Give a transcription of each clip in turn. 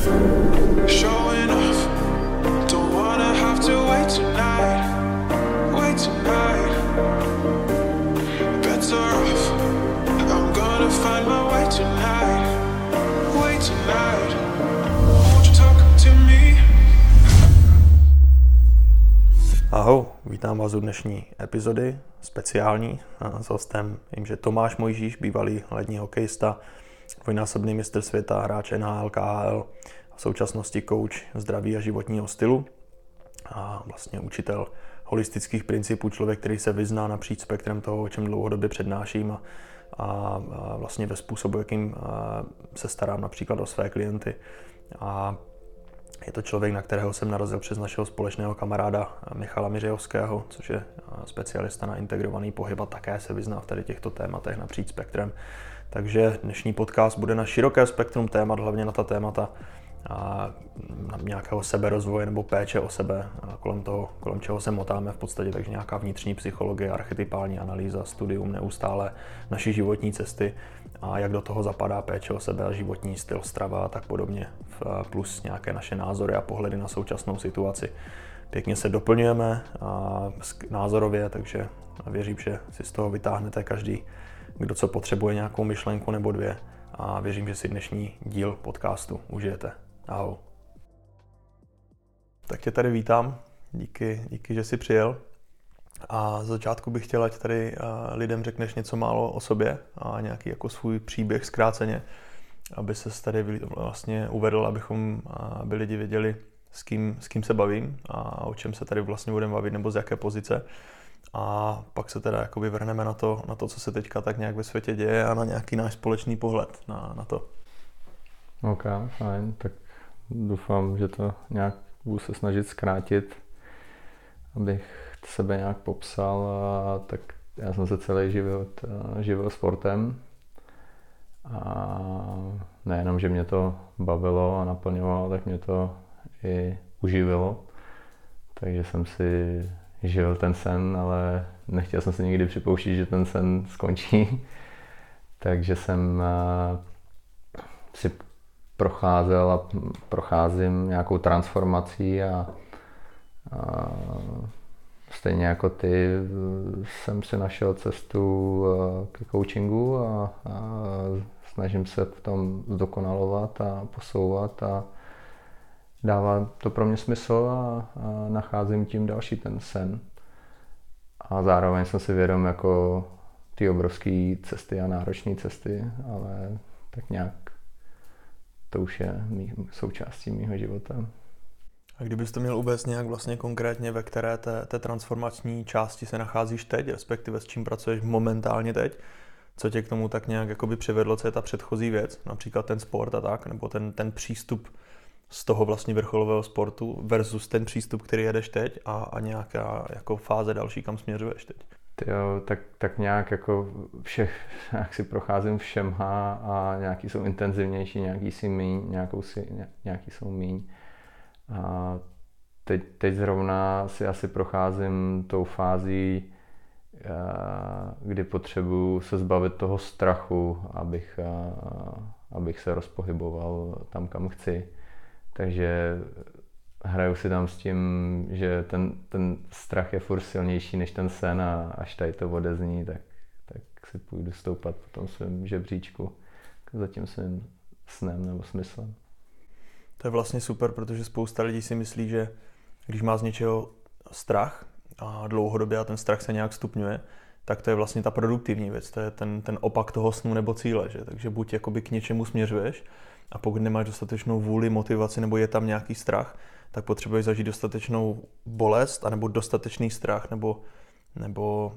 Showing off, don't wanna have to wait tonight. Better off, I'm gonna find my way tonight. Won't you talk to me? Ahoj, vítám vás u dnešní epizody, speciální, s hostem, vím, že Tomáš Mojžíš, bývalý lední hokejista, dvojnásobný mistr světa, hráč NHL, KHL, v současnosti coach zdraví a životního stylu a vlastně učitel holistických principů, člověk, který se vyzná napříč spektrem toho, o čem dlouhodobě přednáším a vlastně ve způsobu, jakým se starám například o své klienty. A je to člověk, na kterého jsem narazil přes našeho společného kamaráda Michala Miřejovského, což je specialista na integrovaný pohyb a také se vyzná v tady těchto tématech napříč spektrem. Takže dnešní podcast bude na široké spektrum témat, hlavně na ta témata na nějakého seberozvoje nebo péče o sebe, kolem čeho se motáme v podstatě, takže nějaká vnitřní psychologie, archetypální analýza, studium neustále naší životní cesty a jak do toho zapadá péče o sebe a životní styl, strava a tak podobně, plus nějaké naše názory a pohledy na současnou situaci. Pěkně se doplňujeme názorově, takže věřím, že si z toho vytáhnete každý, kdo co potřebuje, nějakou myšlenku nebo dvě, a věřím, že si dnešní díl podcastu užijete. Ahoj. Tak tě tady vítám, díky, že jsi přijel. A z začátku bych chtěl, ať tady lidem řekneš něco málo o sobě a nějaký jako svůj příběh zkráceně, aby ses tady vlastně uvedl, aby lidi věděli, s kým se bavím a o čem se tady vlastně budeme bavit nebo z jaké pozice. A pak se teda jakoby vrhneme na to, co se teďka tak nějak ve světě děje a na nějaký náš společný pohled na to. Ok, fajn, tak doufám, že to nějak budu se snažit zkrátit, abych sebe nějak popsal. Tak já jsem se celý život živil sportem a nejenom, že mě to bavilo a naplňovalo, tak mě to i uživilo. Takže jsem si žil ten sen, ale nechtěl jsem si nikdy připouštět, že ten sen skončí. Takže jsem si procházel a procházím nějakou transformací a stejně jako ty jsem si našel cestu ke coachingu a snažím se v tom zdokonalovat a posouvat a dává to pro mě smysl a nacházím tím další ten sen. A zároveň jsem si vědom jako ty obrovské cesty a náročné cesty, ale tak nějak to už je součástí mýho života. A kdybys to měl uvést nějak vlastně konkrétně, ve které té transformační části se nacházíš teď, respektive s čím pracuješ momentálně teď, co tě k tomu tak nějak jakoby přivedlo, co je ta předchozí věc, například ten sport a tak, nebo ten přístup z toho vlastně vrcholového sportu versus ten přístup, který jedeš teď a nějaká jako fáze další, kam směřuješ teď? Jo, tak nějak jako jak si procházím všemha a nějaký jsou intenzivnější, nějaký si míň, nějaký jsou míň. A teď zrovna si asi procházím tou fází, kdy potřebuji se zbavit toho strachu, abych se rozpohyboval tam, kam chci. Takže hraju si tam s tím, že ten strach je furt silnější než ten sen a až tady to odezní, tak si půjdu stoupat po tom svém žebříčku za tím svým snem nebo smyslem. To je vlastně super, protože spousta lidí si myslí, že když má z něčeho strach a dlouhodobě a ten strach se nějak stupňuje, tak to je vlastně ta produktivní věc, to je ten opak toho snu nebo cíle, že? Takže buď jakoby k něčemu směřuješ a pokud nemáš dostatečnou vůli, motivaci nebo je tam nějaký strach, tak potřebuješ zažít dostatečnou bolest anebo dostatečný strach nebo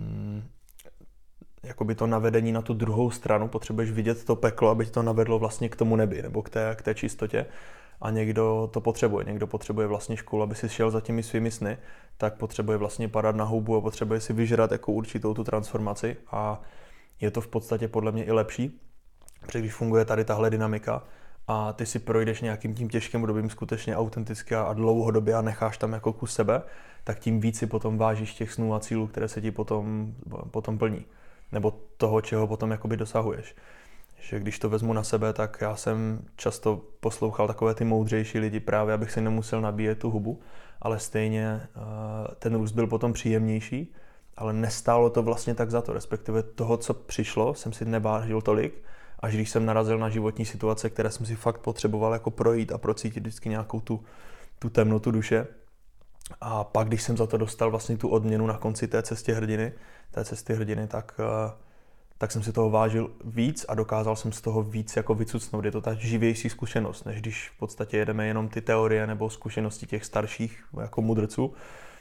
jakoby to navedení na tu druhou stranu, potřebuješ vidět to peklo, aby tě to navedlo vlastně k tomu nebi nebo k té čistotě. A někdo to potřebuje, někdo potřebuje vlastně školu, aby si šel za těmi svými sny, tak potřebuje vlastně padat na houbu a potřebuje si vyžrat jako určitou tu transformaci a je to v podstatě podle mě i lepší, protože když funguje tady tahle dynamika a ty si projdeš nějakým tím těžkým obdobím skutečně autenticky a dlouhodobě a necháš tam jako kus sebe, tak tím víc si potom vážíš těch snů a cílů, které se ti potom plní. Nebo toho, čeho potom jakoby dosahuješ. že když to vezmu na sebe, tak já jsem často poslouchal takové ty moudřejší lidi právě, abych si nemusel nabíjet tu hubu, ale stejně ten růst byl potom příjemnější, ale nestálo to vlastně tak za to, respektive toho, co přišlo, jsem si nevážil tolik, až když jsem narazil na životní situace, které jsem si fakt potřeboval jako projít a procítit vždycky nějakou tu temnotu duše. A pak, když jsem za to dostal vlastně tu odměnu na konci té cesty hrdiny, tak jsem si toho vážil víc a dokázal jsem z toho víc jako vycucnout. Je to ta živější zkušenost, než když v podstatě jedeme jenom ty teorie nebo zkušenosti těch starších jako mudrců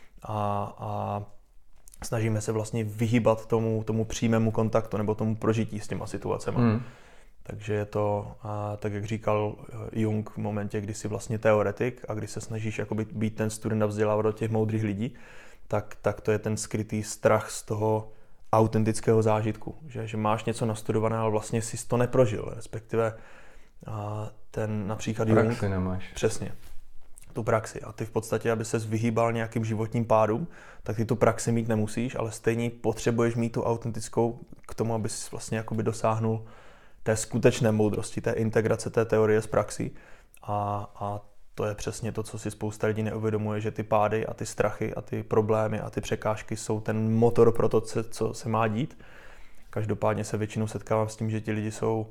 a snažíme se vlastně vyhýbat tomu přímému kontaktu nebo tomu prožití s těma situacemi. Takže je to, tak jak říkal Jung v momentě, kdy jsi vlastně teoretik a kdy se snažíš jakoby být ten student a vzdělávat do těch moudrých lidí, tak to je ten skrytý strach z toho autentického zážitku. Že máš něco nastudované, ale vlastně jsi to neprožil, respektive ten například praxi Jung... nemáš. Přesně. Tu praxi. A ty v podstatě, aby ses vyhýbal nějakým životním pádům, tak ty tu praxi mít nemusíš, ale stejně potřebuješ mít tu autentickou k tomu, abys vlastně jakoby dosáhnul té skutečné moudrosti, té integrace té teorie s praxí. A to je přesně to, co si spousta lidí neuvědomuje, že ty pády a ty strachy a ty problémy a ty překážky jsou ten motor pro to, co se má dít. Každopádně se většinou setkávám s tím, že ti lidi jsou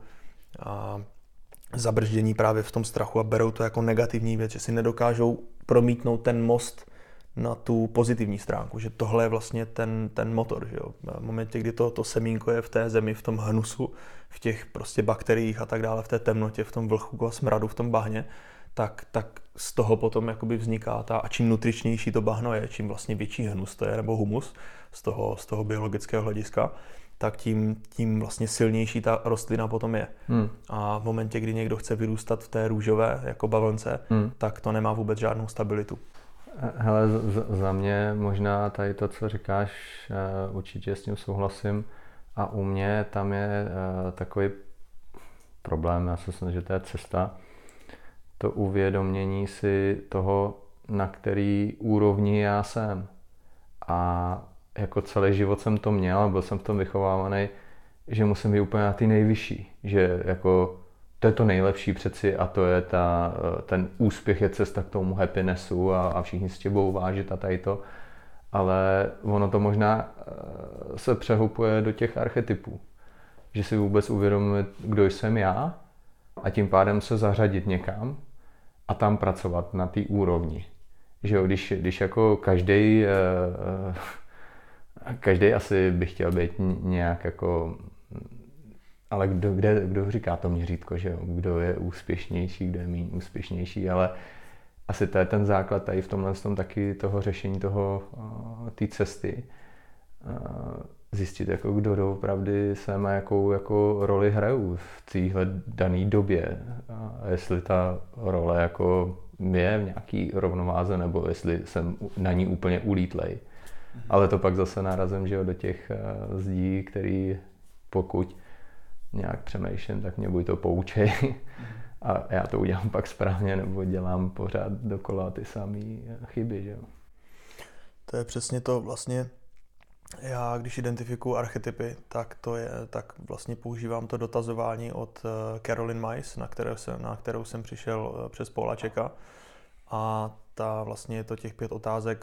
zabrždění právě v tom strachu a berou to jako negativní věc, že si nedokážou promítnout ten most na tu pozitivní stránku, že tohle je vlastně ten motor. Že jo? V momentě, kdy to semínko je v té zemi, v tom hnusu, v těch prostě bakteriích a tak dále, v té temnotě, v tom vlhku a smradu, v tom bahně, tak z toho potom jakoby vzniká a čím nutričnější to bahno je, čím vlastně větší hnus to je, nebo humus z toho biologického hlediska, tak tím vlastně silnější ta rostlina potom je. A v momentě, kdy někdo chce vyrůstat v té růžové jako bavlnce, tak to nemá vůbec žádnou stabilitu. Hele, za mě možná tady to, co říkáš, určitě s tím souhlasím. A u mě tam je takový problém, já se snažím, že to je cesta, to uvědomění si toho, na který úrovni já jsem. A jako celý život jsem to měl, byl jsem v tom vychovávaný, že musím být úplně na ty nejvyšší. Že jako to je to nejlepší přeci a to je ten úspěch je cesta k tomu happinessu a všichni s tě budou vážit a tady to. Ale ono to možná se přehupuje do těch archetypů. Že si vůbec uvědomit, kdo jsem já a tím pádem se zařadit někam a tam pracovat na té úrovni. Že jo, když jako každý asi by chtěl být nějak jako, ale kdo říká to měřítko, že jo, kdo je úspěšnější, kdo je méně úspěšnější, ale asi to je ten základ tady v tomhle tom taky toho řešení té cesty. Zjistit, jako kdo doopravdy jsem a jakou jako roli hraju v téhle dané době. A jestli ta role jako je v nějaký rovnováze, nebo jestli jsem na ní úplně ulítlej. Ale to pak zase narazím, že jo, do těch zdí, který pokud nějak přemýšlím, tak mě buď to poučej a já to udělám pak správně, nebo dělám pořád dokola ty samé chyby, že jo. To je přesně to vlastně. Já, když identifikuji archetypy, tak vlastně používám to dotazování od Caroline Myss, na kterou jsem přišel přes Paula Checka. A vlastně je to těch 5 otázek,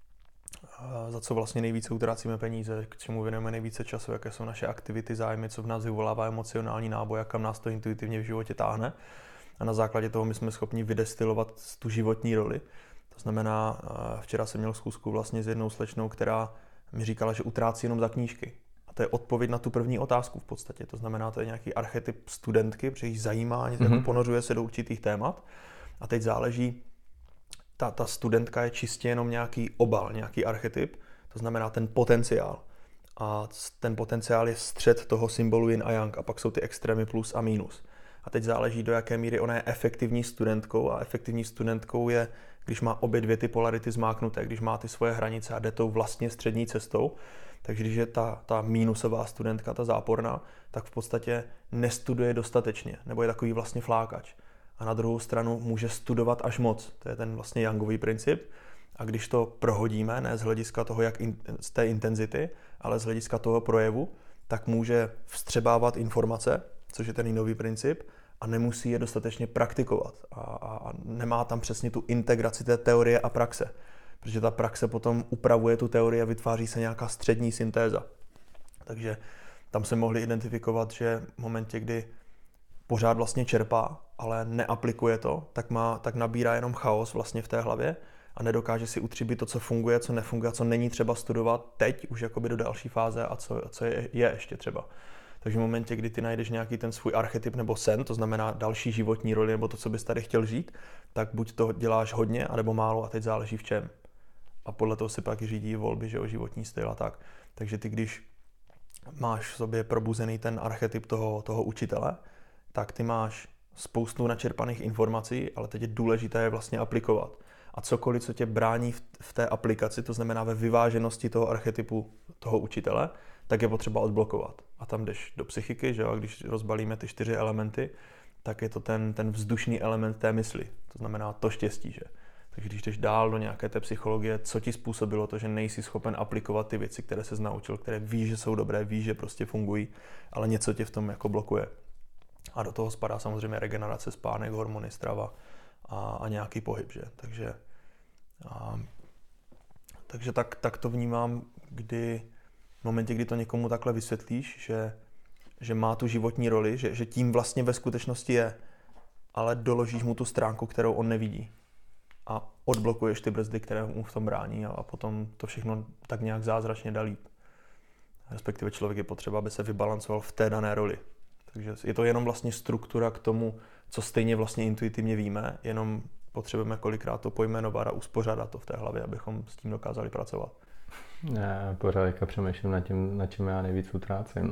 za co vlastně nejvíce utrácíme peníze, k čemu věnujeme nejvíce času, jaké jsou naše aktivity, zájmy, co v nás vyvolává emocionální náboj, jak kam nás to intuitivně v životě táhne. A na základě toho my jsme schopni vydestilovat tu životní roli. To znamená, včera jsem měl schůzku vlastně s jednou slečnou, která mi říkala, že utrácí jenom za knížky. A to je odpověď na tu první otázku v podstatě. To znamená, to je nějaký archetyp studentky, protože jí zajímá, jako ponořuje se do určitých témat. A teď záleží, ta studentka je čistě jenom nějaký obal, nějaký archetyp, to znamená ten potenciál. A ten potenciál je střed toho symbolu yin a yang a pak jsou ty extrémy plus a minus. A teď záleží, do jaké míry ona je efektivní studentkou a efektivní studentkou je, když má obě dvě ty polarity zmáknuté, když má ty svoje hranice a jde tou vlastně střední cestou. Takže když je ta mínusová studentka, ta záporná, tak v podstatě nestuduje dostatečně, nebo je takový vlastně flákač. A na druhou stranu může studovat až moc. To je ten vlastně yangový princip. A když to prohodíme, ne z hlediska toho, jak z té intenzity, ale z hlediska toho projevu, tak může vstřebávat informace, což je ten nový princip, a nemusí je dostatečně praktikovat. A nemá tam přesně tu integraci té teorie a praxe. Protože ta praxe potom upravuje tu teorii a vytváří se nějaká střední syntéza. Takže tam se mohli identifikovat, že v momentě, kdy pořád vlastně čerpá, ale neaplikuje to, tak nabírá jenom chaos vlastně v té hlavě a nedokáže si utříbit to, co funguje, co nefunguje, co není třeba studovat teď už jakoby do další fáze a co je ještě třeba. Takže v momentě, kdy ty najdeš nějaký ten svůj archetyp nebo sen, to znamená další životní roli nebo to, co bys tady chtěl žít, tak buď to děláš hodně, anebo málo a teď záleží v čem. A podle toho si pak i řídí volby, že jo, životní styl a tak. Takže ty, když máš v sobě probuzený ten archetyp toho učitele, tak ty máš spoustu načerpaných informací, ale teď je důležité je vlastně aplikovat. A cokoliv, co tě brání v té aplikaci, to znamená ve vyváženosti toho archetypu toho učitele, tak je potřeba odblokovat. A tam jdeš do psychiky, že jo? A když rozbalíme ty 4 elementy, tak je to ten vzdušný element té mysli. To znamená to štěstí, že? Takže když jdeš dál do nějaké té psychologie, co ti způsobilo to, že nejsi schopen aplikovat ty věci, které ses naučil, které víš, že jsou dobré, víš, že prostě fungují, ale něco tě v tom jako blokuje. A do toho spadá samozřejmě regenerace, spánek, hormony, strava a nějaký pohyb, že? Takže tak to vnímám, kdy v momentě, kdy to někomu takhle vysvětlíš, že má tu životní roli, že tím vlastně ve skutečnosti je, ale doložíš mu tu stránku, kterou on nevidí. A odblokuješ ty brzdy, které mu v tom brání a potom to všechno tak nějak zázračně dá líp. Respektive člověk je potřeba, aby se vybalancoval v té dané roli. Takže je to jenom vlastně struktura k tomu, co stejně vlastně intuitivně víme, jenom potřebujeme kolikrát to pojmenovat a uspořádat to v té hlavě, abychom s tím dokázali pracovat. Já pořád jako přemýšlím nad čím já nejvíc utrácím.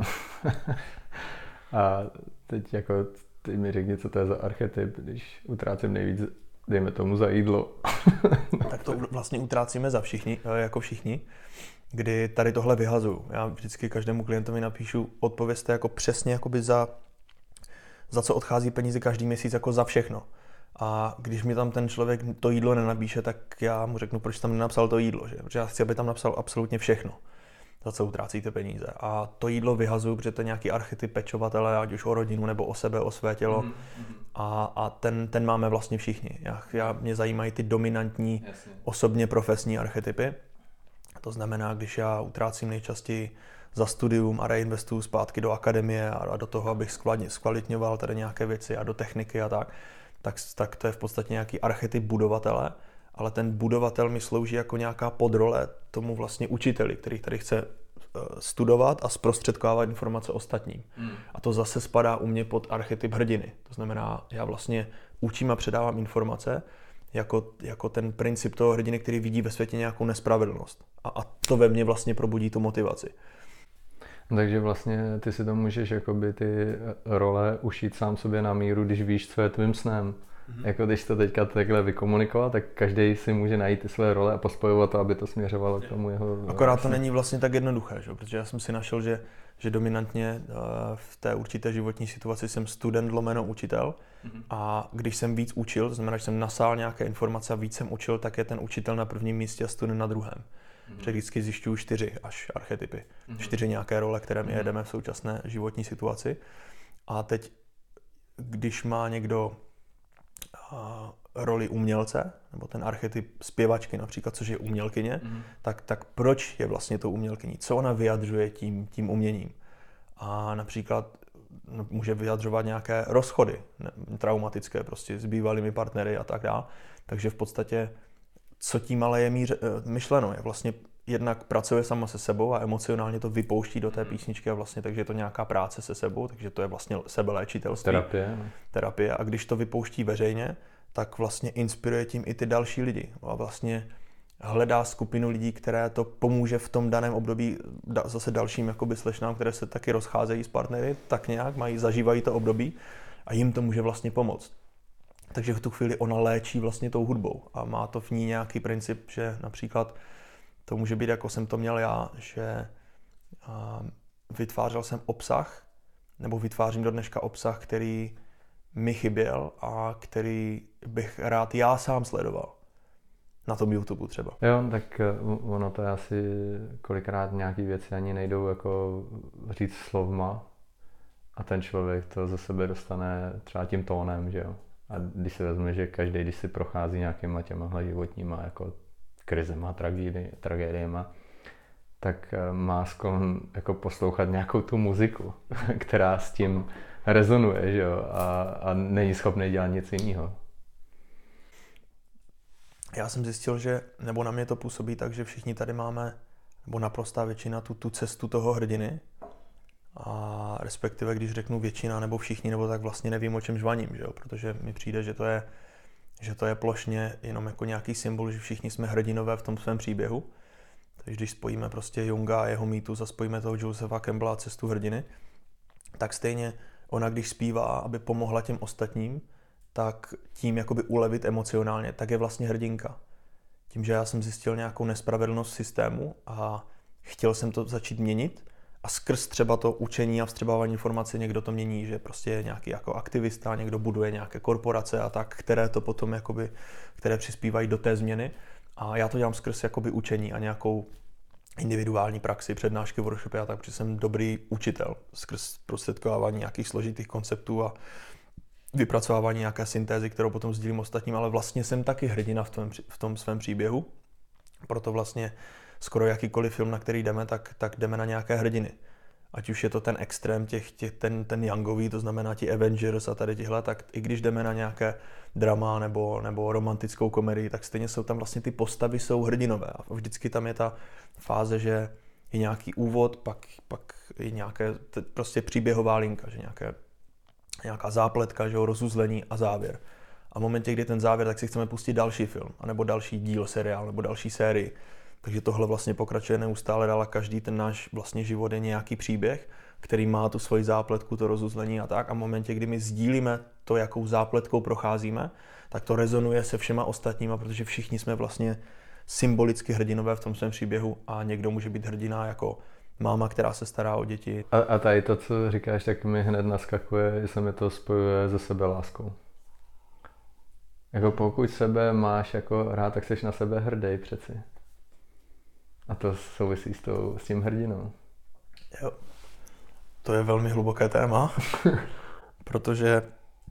A teď mi řekni, co to je za archetyp, když utrácím nejvíc, dejme tomu, za jídlo. Tak to vlastně utrácíme jako všichni, kdy tady tohle vyhazuju. Já vždycky každému klientovi napíšu, odpovězte jako přesně jakoby za co odchází peníze každý měsíc, jako za všechno. A když mi tam ten člověk to jídlo nenapíše, tak já mu řeknu, proč tam nenapsal to jídlo. Že? Protože já chci, aby tam napsal absolutně všechno, za co utrácíte peníze. A to jídlo vyhazuju, protože to je nějaký archetyp pečovatele, ať už o rodinu nebo o sebe, o své tělo. A ten máme vlastně všichni. Mě zajímají ty dominantní, osobně profesní archetypy. To znamená, když já utrácím nejčastěji za studium a reinvestuju zpátky do akademie a do toho, abych zkvalitňoval tady nějaké věci a do techniky a tak to je v podstatě nějaký archetyp budovatele, ale ten budovatel mi slouží jako nějaká podrole tomu vlastně učiteli, který tady chce studovat a zprostředkovávat informace ostatním. A to zase spadá u mě pod archetyp hrdiny. To znamená, já vlastně učím a předávám informace jako ten princip toho hrdiny, který vidí ve světě nějakou nespravedlnost. A to ve mně vlastně probudí tu motivaci. Takže vlastně ty si to můžeš jakoby ty role ušít sám sobě na míru, když víš, co je tvým snem. Jako když to teďka takhle vykomunikoval, tak každý si může najít ty své role a pospojovat to, aby to směřovalo k tomu jeho... Akorát to není vlastně tak jednoduché, že? Protože já jsem si našel, že dominantně v té určité životní situaci jsem student / učitel a když jsem víc učil, to znamená, že jsem nasál nějaké informace a víc jsem učil, tak je ten učitel na prvním místě a student na druhém. Protože vždycky zjišťuju 4 až archetypy. 4 nějaké role, které my jedeme v současné životní situaci. A teď, když má někdo roli umělce, nebo ten archetyp zpěvačky například, což je umělkyně, tak proč je vlastně tou umělkyní? Co ona vyjadřuje tím uměním? A například může vyjadřovat nějaké rozchody traumatické prostě s bývalými partnery a tak dále. Takže v podstatě co tím ale je myšleno, je vlastně jednak pracuje sama se sebou a emocionálně to vypouští do té písničky a vlastně takže je to nějaká práce se sebou, takže to je vlastně sebeléčitelství. Terapie. A když to vypouští veřejně, tak vlastně inspiruje tím i ty další lidi a vlastně hledá skupinu lidí, které to pomůže v tom daném období zase dalším jakoby slešnám, které se taky rozcházejí s partnery, tak nějak zažívají to období a jim to může vlastně pomoct. Takže v tu chvíli ona léčí vlastně tou hudbou a má to v ní nějaký princip, že například to může být, jako jsem to měl já, že vytvářel jsem obsah, nebo vytvářím do dneška obsah, který mi chyběl a který bych rád já sám sledoval. Na tom YouTube třeba. Jo, tak ono to je asi kolikrát nějaký věci ani nejdou jako říct slovma, a ten člověk to ze sebe dostane třeba tím tónem, že jo. A když si vezme, že každý, když si prochází nějakýma těmahle životníma jako krizema, tragédiema, tak má sklon jako poslouchat nějakou tu muziku, která s tím rezonuje, že jo, a není schopný dělat nic jiného. Já jsem zjistil, že, nebo na mě to působí tak, že všichni tady máme, nebo naprostá většina, tu cestu toho hrdiny. A respektive, když řeknu většina nebo všichni, nebo tak vlastně nevím, o čem žvaním, že jo? Protože mi přijde, že to je plošně jenom jako nějaký symbol, že všichni jsme hrdinové v tom svém příběhu. Takže když spojíme prostě Junga a jeho mýtus a spojíme toho Josepha Campbella cestu hrdiny, tak stejně ona, když zpívá, aby pomohla těm ostatním, tak tím jakoby ulevit emocionálně, tak je vlastně hrdinka. Tím, že já jsem zjistil nějakou nespravedlnost systému a chtěl jsem to začít měnit a skrz třeba to učení a vstřebávání informací někdo to mění, že prostě je nějaký jako aktivista, někdo buduje nějaké korporace a tak, které to potom jakoby, které přispívají do té změny. A já to dělám skrz jakoby učení a nějakou individuální praxi, přednášky, workshopy a tak, protože jsem dobrý učitel skrz prostředkovávání nějakých složitých konceptů a vypracovávání nějaké syntézy, kterou potom sdílím ostatním, ale vlastně jsem taky hrdina v tom svém příběhu. Proto vlastně skoro jakýkoliv film, na který jdeme, tak jdeme na nějaké hrdiny. Ať už je to ten extrém, ten Youngový, to znamená ti Avengers a tady tihle, tak i když jdeme na nějaké drama nebo romantickou komedii, tak stejně jsou tam vlastně ty postavy jsou hrdinové. A vždycky tam je ta fáze, že je nějaký úvod, pak je nějaké prostě příběhová linka, že nějaká zápletka, že jo, rozuzlení a závěr. A v momentě, kdy ten závěr, tak si chceme pustit další film, anebo další díl, seriál, nebo další sérii. Takže tohle vlastně pokračuje neustále dál a každý ten náš vlastně život je nějaký příběh, který má tu svoji zápletku, to rozuzlení a tak. A v momentě, kdy my sdílíme to, jakou zápletkou procházíme, tak to rezonuje se všema ostatníma, protože všichni jsme vlastně symbolicky hrdinové v tom svém příběhu a někdo může být hrdina jako máma, která se stará o děti. A tady to, co říkáš, tak mi hned naskakuje, že se mi to spojuje se sebeláskou. Jako pokud sebe máš jako rád, tak jsi na sebe hrdý přeci. A to souvisí s tím hrdinou. Jo. To je velmi hluboké téma, protože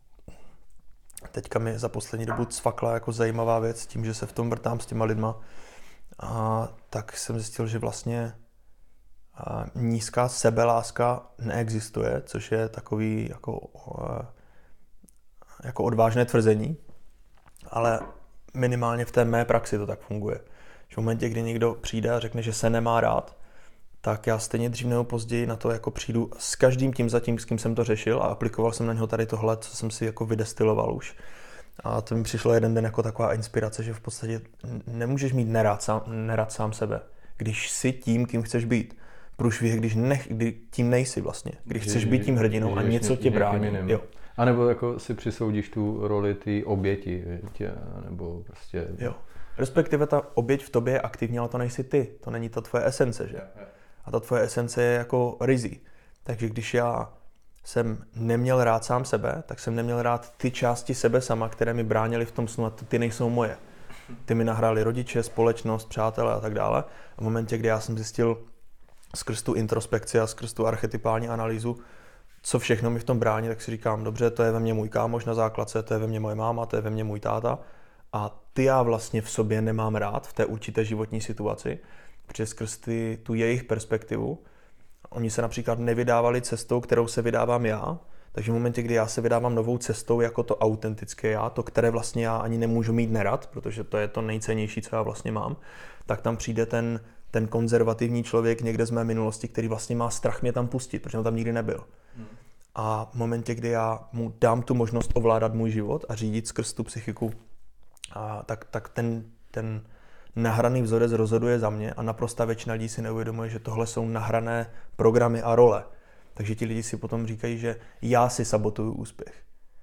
teďka mi za poslední dobu cvakla jako zajímavá věc tím, že se v tom vrtám s těma lidma. A tak jsem zjistil, že vlastně nízká sebeláska neexistuje, což je takový jako odvážné tvrzení, ale minimálně v té mé praxi to tak funguje. Že v momentě, kdy někdo přijde a řekne, že se nemá rád, tak já stejně dřív nebo později na to jako přijdu s každým tím zatím, s kým jsem to řešil a aplikoval jsem na něho tady tohle, co jsem si jako vydestiloval už. A to mi přišlo jeden den jako taková inspirace, že v podstatě nemůžeš mít nerad sám sebe, když jsi tím, kým chceš být. Průšvih, když tím nejsi vlastně, když chceš být tím hrdinou a něco tě brání. Jo. A nebo jako si přisoudíš tu roli té oběti, nebo prostě... Jo. Respektive ta oběť v tobě je aktivní, ale to nejsi ty, to není ta tvoje esence, že? A ta tvoje esence je jako rizí. Takže když já jsem neměl rád sám sebe, tak jsem neměl rád ty části sebe sama, které mi bránily v tom snu a ty nejsou moje. Ty mi nahráli rodiče, společnost, přátelé a tak dále. A v momentě, kdy já jsem zjistil skrz tu introspekci a skrz tu archetypální analýzu, co všechno mi v tom brání, tak si říkám, dobře, to je ve mně můj kámoš na základce, to je ve mně moje máma, to je ve mně můj táta. A ty já vlastně v sobě nemám rád v té určité životní situaci, protože skrz tu jejich perspektivu, oni se například nevydávali cestou, kterou se vydávám já, takže v momentě, kdy já se vydávám novou cestou jako to autentické já, to, které vlastně já ani nemůžu mít nerad, protože to je to nejcennější, co já vlastně mám, tak tam přijde ten konzervativní člověk někde z mé minulosti, který vlastně má strach mě tam pustit, protože on tam nikdy nebyl. A v momentě, kdy já mu dám tu možnost ovládat můj život a řídit skrz tu psychiku, tak ten nahraný vzorec rozhoduje za mě a naprostá většina lidí si neuvědomuje, že tohle jsou nahrané programy a role. Takže ti lidi si potom říkají, že já si sabotuju úspěch.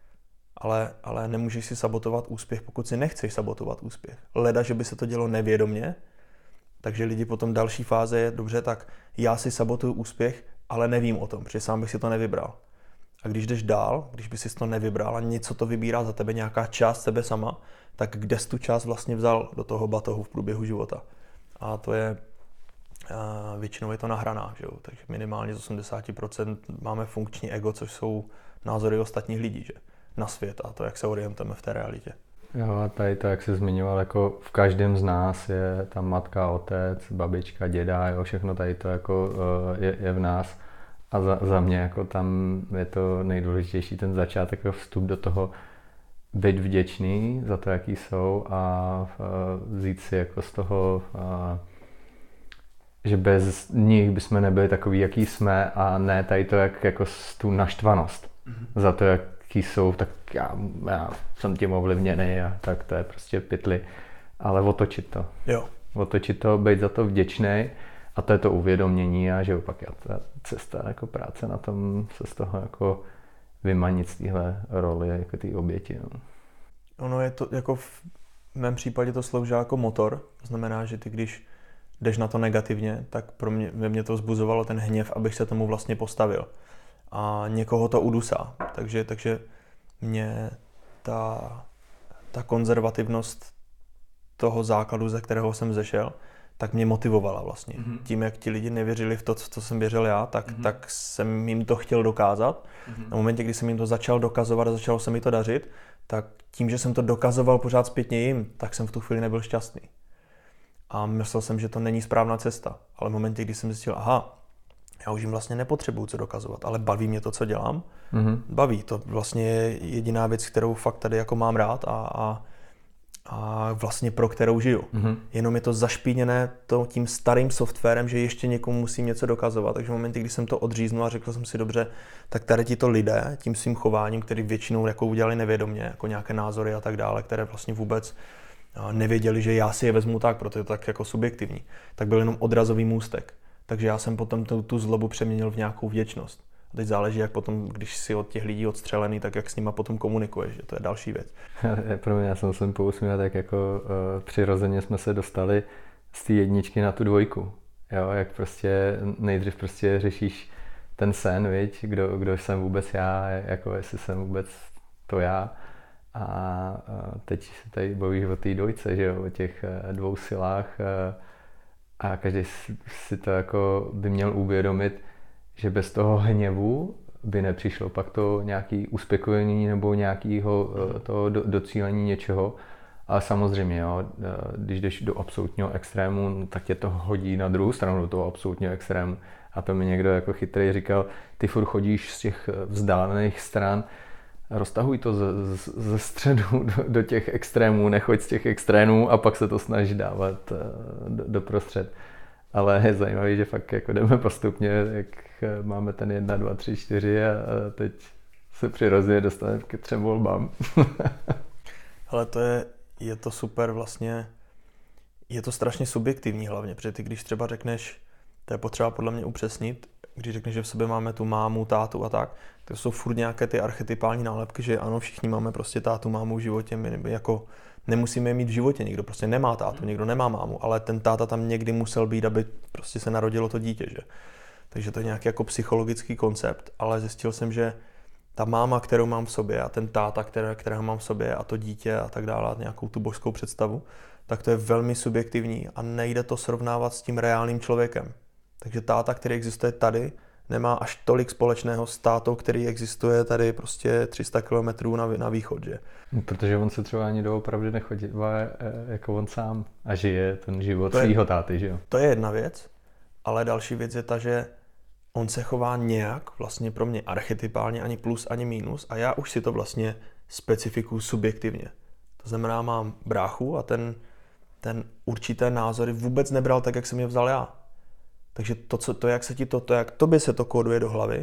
Ale nemůžeš si sabotovat úspěch, pokud si nechceš sabotovat úspěch. Leda, že by se to dělo nevědomně, takže lidi potom další fáze je, dobře, tak já si sabotuju úspěch, ale nevím o tom, protože sám bych si to nevybral. A když jdeš dál, když by si to nevybral a něco to vybírá za tebe, nějaká část sebe sama, tak kde jsi tu část vlastně vzal do toho batohu v průběhu života. A to je většinou je to nahraná, že jo? Takže minimálně z 80% máme funkční ego, což jsou názory ostatních lidí, že? Na svět a to, jak se orientujeme v té realitě. Jo, a tady to, jak jsi zmiňoval, jako v každém z nás je tam matka, otec, babička, děda, jo, všechno tady to jako je v nás. A za mě jako tam je to nejdůležitější ten začátek, jako vstup do toho, být vděčný za to, jaký jsou a vzít si jako z toho, že bez nich bychom nebyli takový, jaký jsme a ne tady to, jak jako tu naštvanost za to, jaký jsou, tak já jsem tím ovlivněný a tak to je prostě pytli, ale otočit to. Jo. Otočit to, být za to vděčný a to je to uvědomění a že opak je ta cesta jako práce na tom se z toho jako vymanit z téhle roli jako té oběti. No. Ono je to jako v mém případě to slouží jako motor, to znamená, že ty když jdeš na to negativně, tak ve mně to vzbuzovalo ten hněv, abych se tomu vlastně postavil. A někoho to udusá, takže mě ta konzervativnost toho základu, ze kterého jsem zešel, tak mě motivovala vlastně. Mm-hmm. Tím, jak ti lidi nevěřili v to, co jsem věřil já, tak jsem jim to chtěl dokázat. Mm-hmm. Na momentě, kdy jsem jim to začal dokazovat a začalo se mi to dařit, tak tím, že jsem to dokazoval pořád zpětně jim, tak jsem v tu chvíli nebyl šťastný. A myslel jsem, že to není správná cesta. Ale v momentě, kdy jsem zjistil, já už jim vlastně nepotřebuju co dokazovat, ale baví mě to, co dělám. Mm-hmm. Baví. To vlastně je jediná věc, kterou fakt tady jako mám rád a vlastně pro kterou žiju. Mm-hmm. Jenom je to zašpíněné tím starým softwarem, že ještě někomu musím něco dokazovat. Takže v momentě, kdy jsem to odříznul a řekl jsem si dobře, tak tady tito lidé tím svým chováním, který většinou jako udělali nevědomě, jako nějaké názory a tak dále, které vlastně vůbec nevěděli, že já si je vezmu tak, protože je to tak jako subjektivní, tak byl jenom odrazový můstek. Takže já jsem potom tu zlobu přeměnil v nějakou vděčnost. A teď záleží, jak potom, když si od těch lidí odstřelený, tak jak s nima potom komunikuješ, že to je další věc. Pro mě, já jsem musím pousmívat, tak jako přirozeně jsme se dostali z té jedničky na tu dvojku. Jo, jak prostě nejdřív prostě řešíš ten sen, viď? Kdo jsem vůbec já, jako jestli jsem vůbec to já. A teď tady bavíš o té dvojce, že jo, o těch dvou silách a každý si to jako by měl uvědomit, že bez toho hněvu by nepřišlo pak to nějaký uspokojení nebo nějakého toho docílení něčeho. Ale samozřejmě, jo, když jdeš do absolutního extrému, tak tě to hodí na druhou stranu do toho absolutního extrému. A to mi někdo jako chytrý říkal, ty furt chodíš z těch vzdálených stran, roztahuj to ze středu do těch extrémů, nechoď z těch extrémů a pak se to snaží dávat do prostřed. Ale je zajímavé, že fakt jako jdeme postupně, jak máme ten 1, 2, 3, 4 a teď se přirozeně dostaneme ke 3 volbám. Ale je to super vlastně, je to strašně subjektivní hlavně, protože ty když třeba řekneš, to je potřeba podle mě upřesnit, když řekneš, že v sobě máme tu mámu, tátu a tak, to jsou furt nějaké ty archetypální nálepky, že ano, všichni máme prostě tátu, mámu v životě, my jako nemusíme je mít v životě, někdo prostě nemá tátu, někdo nemá mámu, ale ten táta tam někdy musel být, aby prostě se narodilo to dítě, že? Takže to je nějaký jako psychologický koncept, ale zjistil jsem, že ta máma, kterou mám v sobě a ten táta, kterého mám v sobě a to dítě a tak dále, nějakou tu božskou představu, tak to je velmi subjektivní a nejde to srovnávat s tím reálným člověkem. Takže táta, který existuje tady, nemá až tolik společného s tátou, který existuje tady prostě 300 km na východ, že? Protože on se třeba ani doopravdy nechodívá jako on sám a žije ten život svýho táty, že jo? To je jedna věc, ale další věc je ta, že on se chová nějak, vlastně pro mě archetypálně, ani plus, ani minus a já už si to vlastně specifikuju subjektivně. To znamená, mám bráchu a ten určité názory vůbec nebral tak, jak jsem je vzal já. Takže jak tobě se to kóduje do hlavy,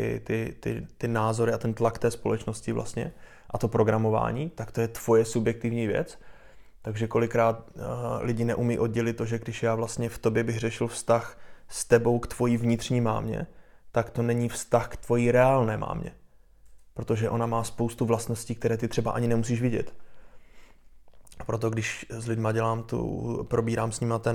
ty názory a ten tlak té společnosti vlastně a to programování, tak to je tvoje subjektivní věc. Takže kolikrát lidi neumí oddělit to, že když já vlastně v tobě bych řešil vztah s tebou k tvojí vnitřní mámě, tak to není vztah k tvojí reálné mámě. Protože ona má spoustu vlastností, které ty třeba ani nemusíš vidět. A proto když s lidma probírám s nima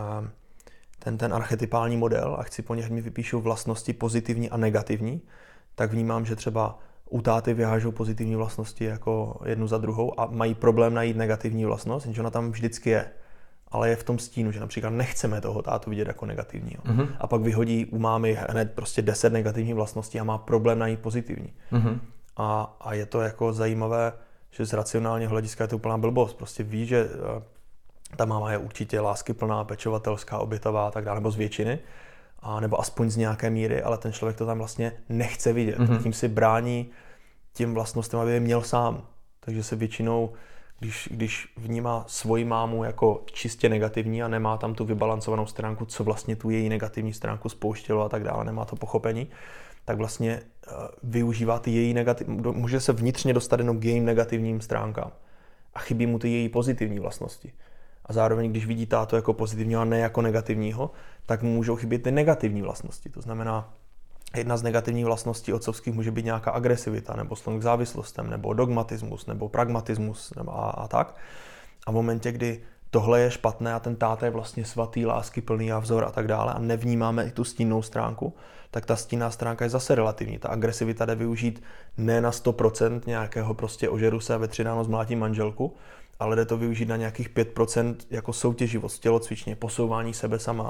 ten archetypální model a chci po něch mi vypíšou vlastnosti pozitivní a negativní, tak vnímám, že třeba u táty vyhážou pozitivní vlastnosti jako jednu za druhou a mají problém najít negativní vlastnost, jenže ona tam vždycky je. ale je v tom stínu, že například nechceme toho tátu vidět jako negativního. A pak vyhodí u mámy hned prostě 10 negativních vlastností a má problém najít pozitivní. A je to jako zajímavé, že z racionálního hlediska je to úplná blbost. Prostě ví, že ta máma je určitě láskyplná, pečovatelská, obětavá a tak dále, nebo z většiny, a nebo aspoň z nějaké míry, ale ten člověk to tam vlastně nechce vidět. Tím si brání tím vlastnostem, aby je měl sám. Takže se většinou, když vnímá svoji mámu jako čistě negativní a nemá tam tu vybalancovanou stránku, co vlastně tu její negativní stránku spouštělo a tak dále, nemá to pochopení, tak vlastně využívá ty její může se vnitřně dostat jenom k jejím negativním stránkám a chybí mu ty její pozitivní vlastnosti. A zároveň, když vidí tátu jako pozitivního a ne jako negativního, tak mu můžou chybět ty negativní vlastnosti. To znamená, jedna z negativních vlastností otcovských může být nějaká agresivita, nebo sklon k závislostem, nebo dogmatismus, nebo pragmatismus a tak. A v momentě, kdy tohle je špatné a ten táta je vlastně svatý, láskyplný a vzor a tak dále a nevnímáme i tu stínnou stránku, tak ta stínná stránka je zase relativní. Ta agresivita jde využít ne na 100% nějakého prostě ožeru se a ve 3 ráno zmlátí manželku, ale jde to využít na nějakých 5% jako soutěživost, tělocvičně, posouvání sebe sama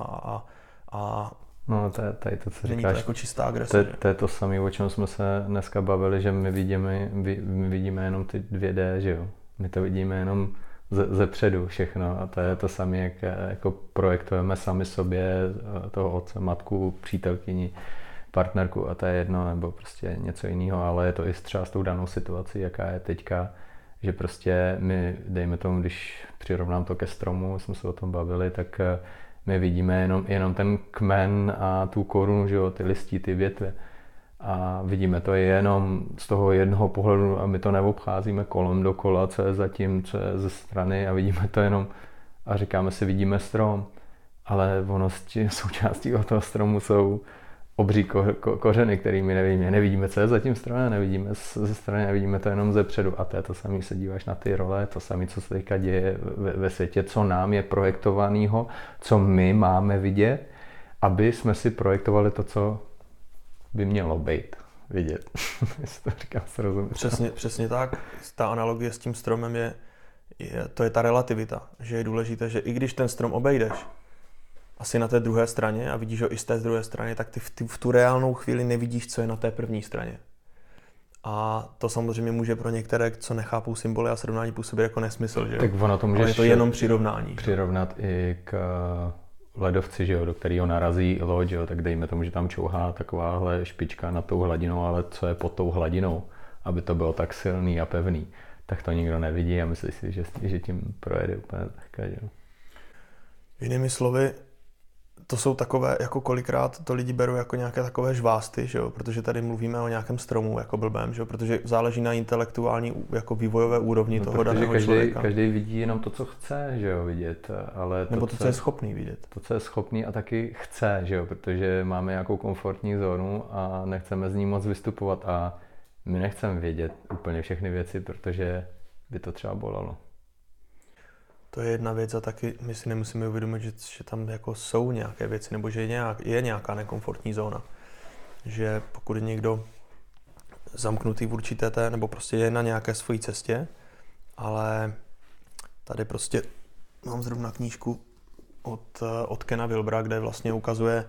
a no, to je tady to, co není říkáš. To jako čistá agrese. To je to samé, o čem jsme se dneska bavili, že my vidíme jenom ty 2D, že jo. My to vidíme jenom ze předu všechno a to je to samé, jak jako projektujeme sami sobě toho otce, matku, přítelkyni, partnerku a to je jedno, nebo prostě něco jiného, ale je to i třeba s tou danou situací, jaká je teďka, že prostě my, dejme tomu, když přirovnám to ke stromu, jsme se o tom bavili, tak my vidíme jenom ten kmen a tu korunu, že jo, ty listí, ty větve. A vidíme to jenom z toho jednoho pohledu a my to neobcházíme kolem dokola, co je zatím, co je ze strany a vidíme to jenom a říkáme si, vidíme strom. Ale ono součástí toho stromu jsou obří kořeny, kterými nevidíme, co je za tím stromem, nevidíme ze strany, nevidíme to jenom ze předu. A to je to samé, se díváš na ty role, to samé, co se teďka děje ve světě, co nám je projektovaného, co my máme vidět, aby jsme si projektovali to, co by mělo být vidět. Jestli to říkám srozumitelně. Přesně tak. Ta analogie s tím stromem to je ta relativita, že je důležité, že i když ten strom obejdeš, asi na té druhé straně a vidíš ho i z té druhé strany, tak ty v tu reálnou chvíli nevidíš, co je na té první straně. A to samozřejmě může pro některé, co nechápou symboly a srovnání, působit jako nesmysl, že jo? Tak ono to můžeš ale je to jenom přirovnání. Přirovnat i k ledovci, že jo, do kterého narazí loď, jo, tak dejme tomu, že tam čouhá takováhle špička nad tou hladinou, ale co je pod tou hladinou, aby to bylo tak silný a pevný, tak to nikdo nevidí a myslí si, že tím projede úplně takhle, jo. Jinými slovy, to jsou takové, jako kolikrát to lidi berou jako nějaké takové žvásty, že jo? Protože tady mluvíme o nějakém stromu jako blbém, že jo? Protože záleží na intelektuální jako vývojové úrovni toho daného člověka. Každý vidí jenom to, co chce, že jo, vidět, ale nebo to, co je schopný vidět. To, co je schopný a taky chce, že jo, protože máme nějakou komfortní zónu a nechceme z ní moc vystupovat a my nechceme vědět úplně všechny věci, protože by to třeba bolelo. To je jedna věc a taky my si nemusíme uvědomit, že tam jako jsou nějaké věci, nebo že je nějaká nekomfortní zóna. Že pokud je někdo zamknutý v určité nebo prostě je na nějaké svojí cestě, ale tady prostě mám zrovna knížku od Kena Wilbera, kde vlastně ukazuje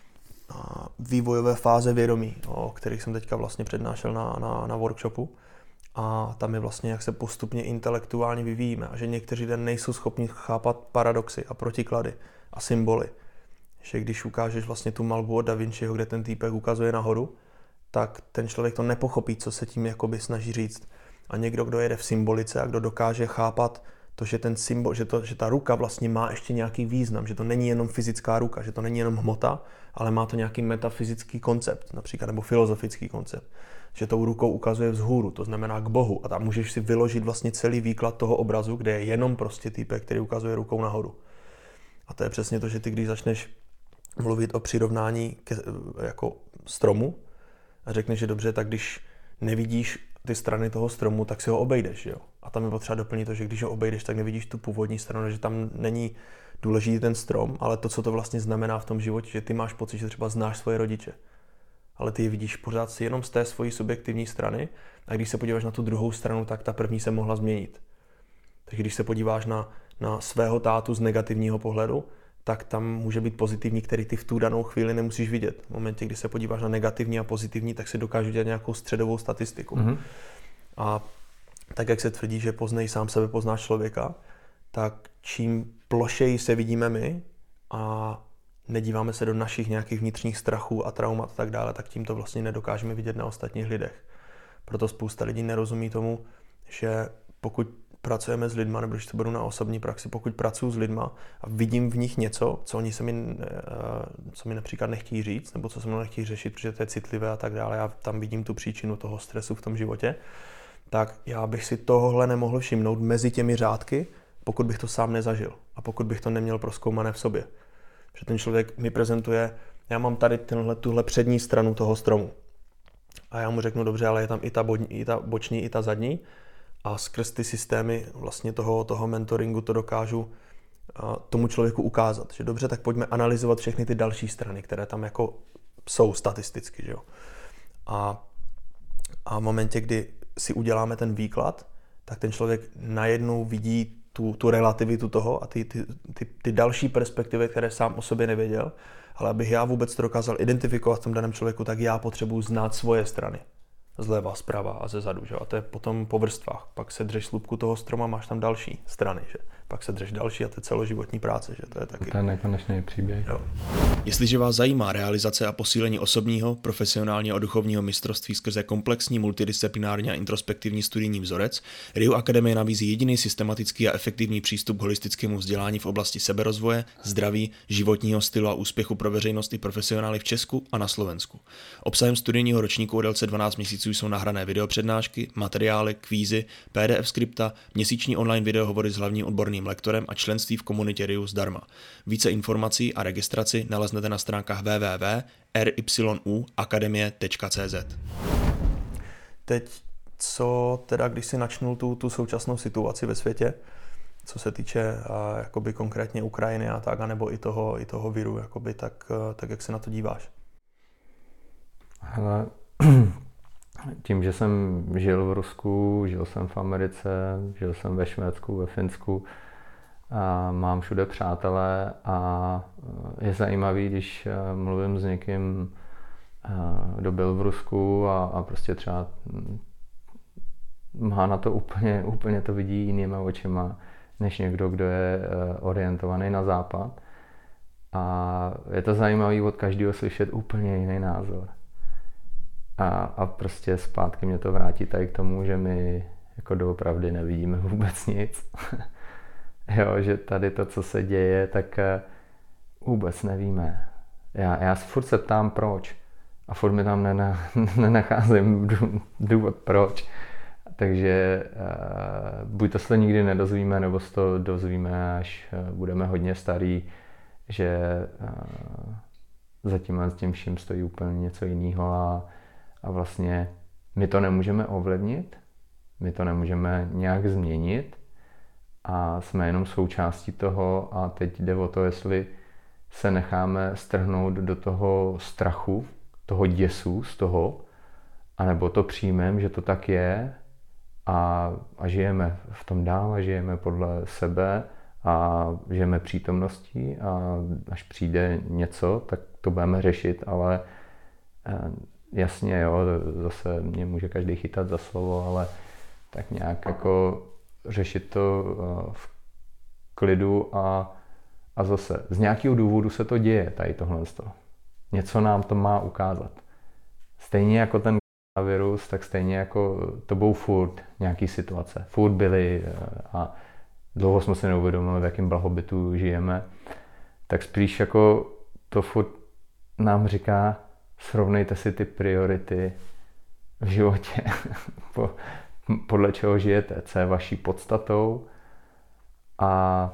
vývojové fáze vědomí, o kterých jsem teďka vlastně přednášel na workshopu. A tam je vlastně, jak se postupně intelektuálně vyvíjíme a že někteří lidé nejsou schopni chápat paradoxy a protiklady a symboly. Že když ukážeš vlastně tu malbu od Da Vinciho, kde ten týpek ukazuje nahoru, tak ten člověk to nepochopí, co se tím jakoby snaží říct. A někdo, kdo jede v symbolice a kdo dokáže chápat to, že ten symbol, že ta ruka vlastně má ještě nějaký význam, že to není jenom fyzická ruka, že to není jenom hmota, ale má to nějaký metafyzický koncept, například, nebo filozofický koncept. Že tou rukou ukazuje vzhůru, to znamená k Bohu. A tam můžeš si vyložit vlastně celý výklad toho obrazu, kde je jenom prostě týpek, který ukazuje rukou nahoru. A to je přesně to, že ty, když začneš mluvit o přirovnání jako stromu a řekneš, že dobře, tak když nevidíš ty strany toho stromu, tak si ho obejdeš, jo. A tam je potřeba doplnit to, že když ho obejdeš, tak nevidíš tu původní stranu, že tam není důležitý ten strom, ale to, co to vlastně znamená v tom životě, že ty máš pocit, že třeba znáš svoje rodiče. Ale ty je vidíš pořád si jenom z té svojí subjektivní strany a když se podíváš na tu druhou stranu, tak ta první se mohla změnit. Takže když se podíváš na svého tátu z negativního pohledu, tak tam může být pozitivní, který ty v tu danou chvíli nemusíš vidět. V momentě, kdy se podíváš na negativní a pozitivní, tak si dokážu dělat nějakou středovou statistiku. Mm-hmm. A tak, jak se tvrdí, že poznej sám sebe, poznáš člověka, tak čím plošeji se vidíme my a nedíváme se do našich nějakých vnitřních strachů a traumat a tak dále, tak tím to vlastně nedokážeme vidět na ostatních lidech. Proto spousta lidí nerozumí tomu, že pokud pracujeme s lidma, nebo když se budu na osobní praxi, pokud pracuji s lidma a vidím v nich něco, co mi například nechtějí říct, nebo co se mnou nechtějí řešit, protože to je citlivé a tak dále, já tam vidím tu příčinu toho stresu v tom životě, tak já bych si tohohle nemohl všimnout mezi těmi řádky, pokud bych to sám nezažil a pokud bych to neměl prozkoumané v sobě. Protože ten člověk mi prezentuje, já mám tady tuhle přední stranu toho stromu. A já mu řeknu, dobře, ale je tam i ta boční, i ta zadní. A skrz ty systémy vlastně toho mentoringu to dokážu tomu člověku ukázat. Že dobře, tak pojďme analyzovat všechny ty další strany, které tam jako jsou statisticky. Že jo? A v momentě, kdy si uděláme ten výklad, tak ten člověk najednou vidí tu relativitu toho a ty další perspektivy, které sám o sobě nevěděl, ale abych já vůbec to dokázal identifikovat v tom daném člověku, tak já potřebuji znát svoje strany. Zleva, zprava a ze zadu. Že? A to je potom po vrstvách. Pak se dřeš slupku toho stroma, máš tam další strany. Že? Pak se dřeš další a to je celoživotní práce. Že? To je taky... To je nekonečný příběh. Jo. Jestliže vás zajímá realizace a posílení osobního, profesionálního a duchovního mistrovství skrze komplexní, multidisciplinární a introspektivní studijní vzorec, RIU Akademie nabízí jediný systematický a efektivní přístup k holistickému vzdělání v oblasti seberozvoje, zdraví, životního stylu a úspěchu pro veřejnost i profesionály v Česku a na Slovensku. Obsahem studijního ročníku o délce 12 měsíců jsou nahrané videopřednášky, materiály, kvízy, PDF skripta, měsíční online videohovory s hlavním odborným lektorem a členství v komunitě RIU zdarma. Více informací a registraci naleznete na stránkách www.ryuakademie.cz. Teď, co teda, když si načnul tu současnou situaci ve světě, co se týče jakoby konkrétně Ukrajiny a tak, anebo i toho viru, jakoby, tak jak se na to díváš? Hele, tím, že jsem žil v Rusku, žil jsem v Americe, žil jsem ve Švédsku, ve Finsku, a mám všude přátelé a je zajímavý, když mluvím s někým, kdo byl v Rusku a prostě třeba má na to úplně to vidí jinýma očima, než někdo, kdo je orientovaný na západ. A je to zajímavý od každého slyšet úplně jiný názor. A prostě zpátky mě to vrátí tady k tomu, že my jako doopravdy nevidíme vůbec nic. Jo, že tady to, co se děje, tak vůbec nevíme. Já furt se ptám proč a furt mi tam nenacházím důvod proč. Takže buď to se nikdy nedozvíme, nebo se to dozvíme, až budeme hodně starý, že zatím s tím vším stojí úplně něco jiného a vlastně my to nemůžeme ovlivnit, my to nemůžeme nějak změnit a jsme jenom součástí toho a teď jde o to, jestli se necháme strhnout do toho strachu, toho děsu z toho, anebo to přijmeme, že to tak je a žijeme v tom dál a žijeme podle sebe a žijeme přítomností a až přijde něco, tak to budeme řešit, ale jasně, jo, zase mě může každý chytat za slovo, ale tak nějak jako řešit to v klidu a zase z nějakého důvodu se to děje, tady tohle. Něco nám to má ukázat. Stejně jako ten virus, tak stejně jako to budou furt nějaký situace. Furt byly a dlouho jsme si neuvědomili, v jakém blahobytu žijeme. Tak spíš jako to furt nám říká, srovnejte si ty priority v životě, podle čeho žijete, co je vaší podstatou a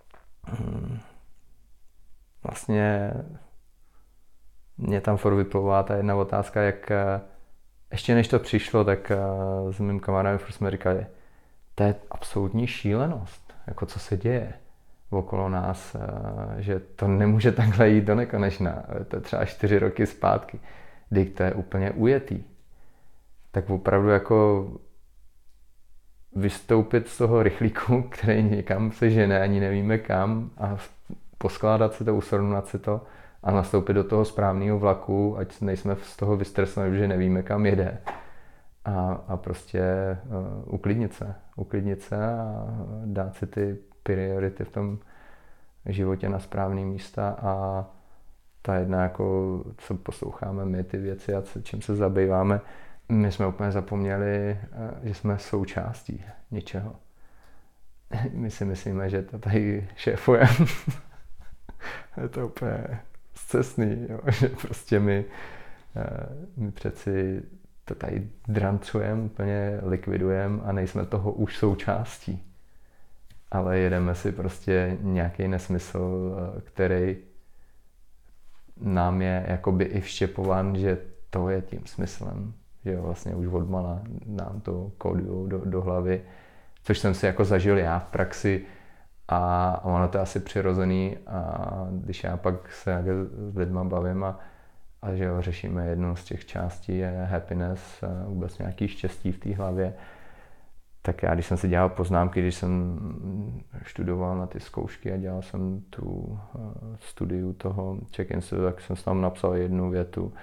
vlastně mě tam furt vyplouvá ta jedna otázka, jak ještě než to přišlo, tak s mým kamarádem furt jsme říkali, to je absolutní šílenost, jako co se děje okolo nás, že to nemůže takhle jít do nekonečna, to je třeba 4 roky zpátky, kdy to je úplně ujetý. Tak opravdu jako vystoupit z toho rychlíku, který někam se žene, ani nevíme kam, a poskládat si to, usrovnat si to a nastoupit do toho správného vlaku, ať nejsme z toho vystresovaní, že nevíme, kam jede. A prostě uklidnit se a dát si ty priority v tom životě na správné místa a ta jedna, jako, co posloucháme my, ty věci a čím se zabýváme, my jsme úplně zapomněli, že jsme součástí něčeho. My si myslíme, že to tady šéfujeme. Je to úplně scesný, jo? Že prostě my přeci to tady drancujeme, úplně likvidujeme a nejsme toho už součástí. Ale jedeme si prostě nějaký nesmysl, který nám je jakoby i vštěpován, že to je tím smyslem. Že vlastně už odmala nám to kódujou do hlavy, což jsem si jako zažil já v praxi a ono to je asi přirozený a když já pak se s lidma bavím a že jo, řešíme jednu z těch částí je happiness, vůbec nějaký štěstí v té hlavě, tak já když jsem si dělal poznámky, když jsem študoval na ty zkoušky a dělal jsem tu studiu toho Czech Institute, tak jsem tam napsal jednu větu.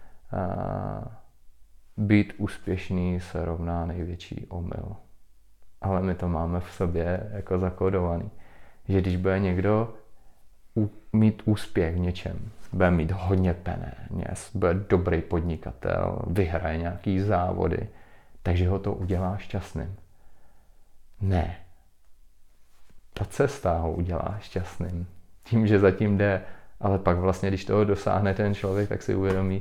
Být úspěšný se rovná největší omyl. Ale my to máme v sobě jako zakódovaný. Že když bude někdo mít úspěch v něčem, bude mít hodně peněz, bude dobrý podnikatel, vyhraje nějaký závody, takže ho to udělá šťastným. Ne. Ta cesta ho udělá šťastným. Tím, že zatím jde, ale pak vlastně, když toho dosáhne ten člověk, tak si uvědomí,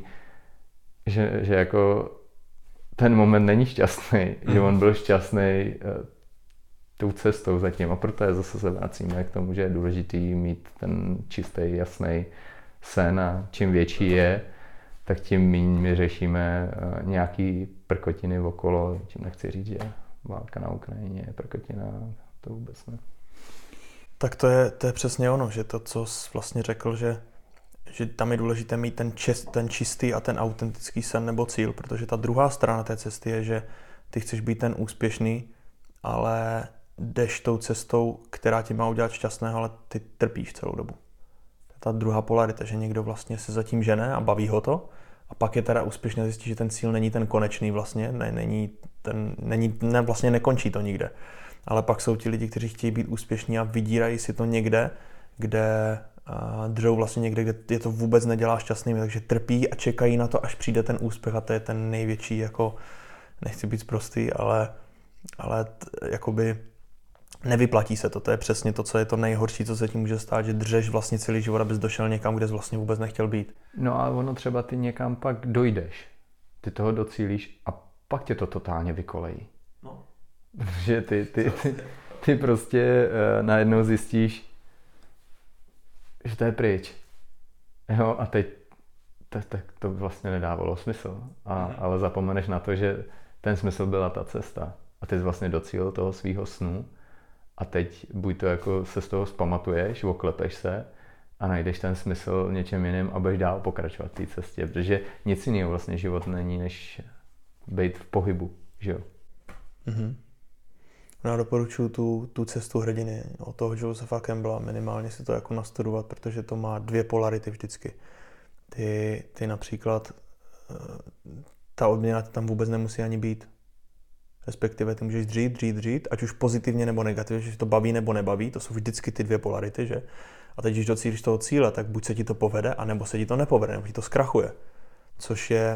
že jako ten moment není šťastný, že on byl šťastný tou cestou zatím. A proto je zase se vracíme k tomu, že je důležitý mít ten čistý, jasný sen a čím větší je, tak tím méně my řešíme nějaký prkotiny okolo. Tím nechci říct, že válka na Ukrajině je prkotina, to vůbec ne. Tak to je přesně ono, že to, co jsi vlastně řekl, že tam je důležité mít ten čistý a ten autentický sen nebo cíl, protože ta druhá strana té cesty je, že ty chceš být ten úspěšný, ale jdeš tou cestou, která ti má udělat šťastného, ale ty trpíš celou dobu. Ta druhá polarita, že někdo vlastně se zatím žene a baví ho to, a pak je teda úspěšně zjistí, že ten cíl není ten konečný vlastně, vlastně nekončí to nikde. Ale pak jsou ti lidi, kteří chtějí být úspěšní a vydírají si to někde, kde držou vlastně někde, kde je to vůbec nedělá šťastnými, takže trpí a čekají na to, až přijde ten úspěch a to je ten největší, jako, nechci být sprostý, ale jakoby nevyplatí se to, to je přesně to, co je to nejhorší, co se ti může stát, že držeš vlastně celý život, abys došel někam, kde jsi vlastně vůbec nechtěl být. No ale ono třeba ty někam pak dojdeš, ty toho docílíš a pak tě to totálně vykolejí. No. Protože ty prostě najednou zjistíš, že to je pryč. Jo, a teď to vlastně nedávalo smysl. Ale zapomeneš na to, že ten smysl byla ta cesta. A ty jsi vlastně docílil toho svýho snu. A teď buď to jako se z toho zpamatuješ, oklepeš se a najdeš ten smysl něčem jiným a budeš dál pokračovat v té cestě. Protože nic jiného vlastně život není, než být v pohybu. Že jo? Mm-hmm. No já doporučuji tu cestu hrdiny od toho Josepha Campbella, minimálně si to jako nastudovat, protože to má dvě polarity vždycky. Ty například, ta odměna tam vůbec nemusí ani být. Respektive ty můžeš dřít, ať už pozitivně nebo negativně, že to baví nebo nebaví, to jsou vždycky ty dvě polarity, že? A teď, když docílíš toho cíle, tak buď se ti to povede, anebo se ti to nepovede, nebo ti to zkrachuje. Což je,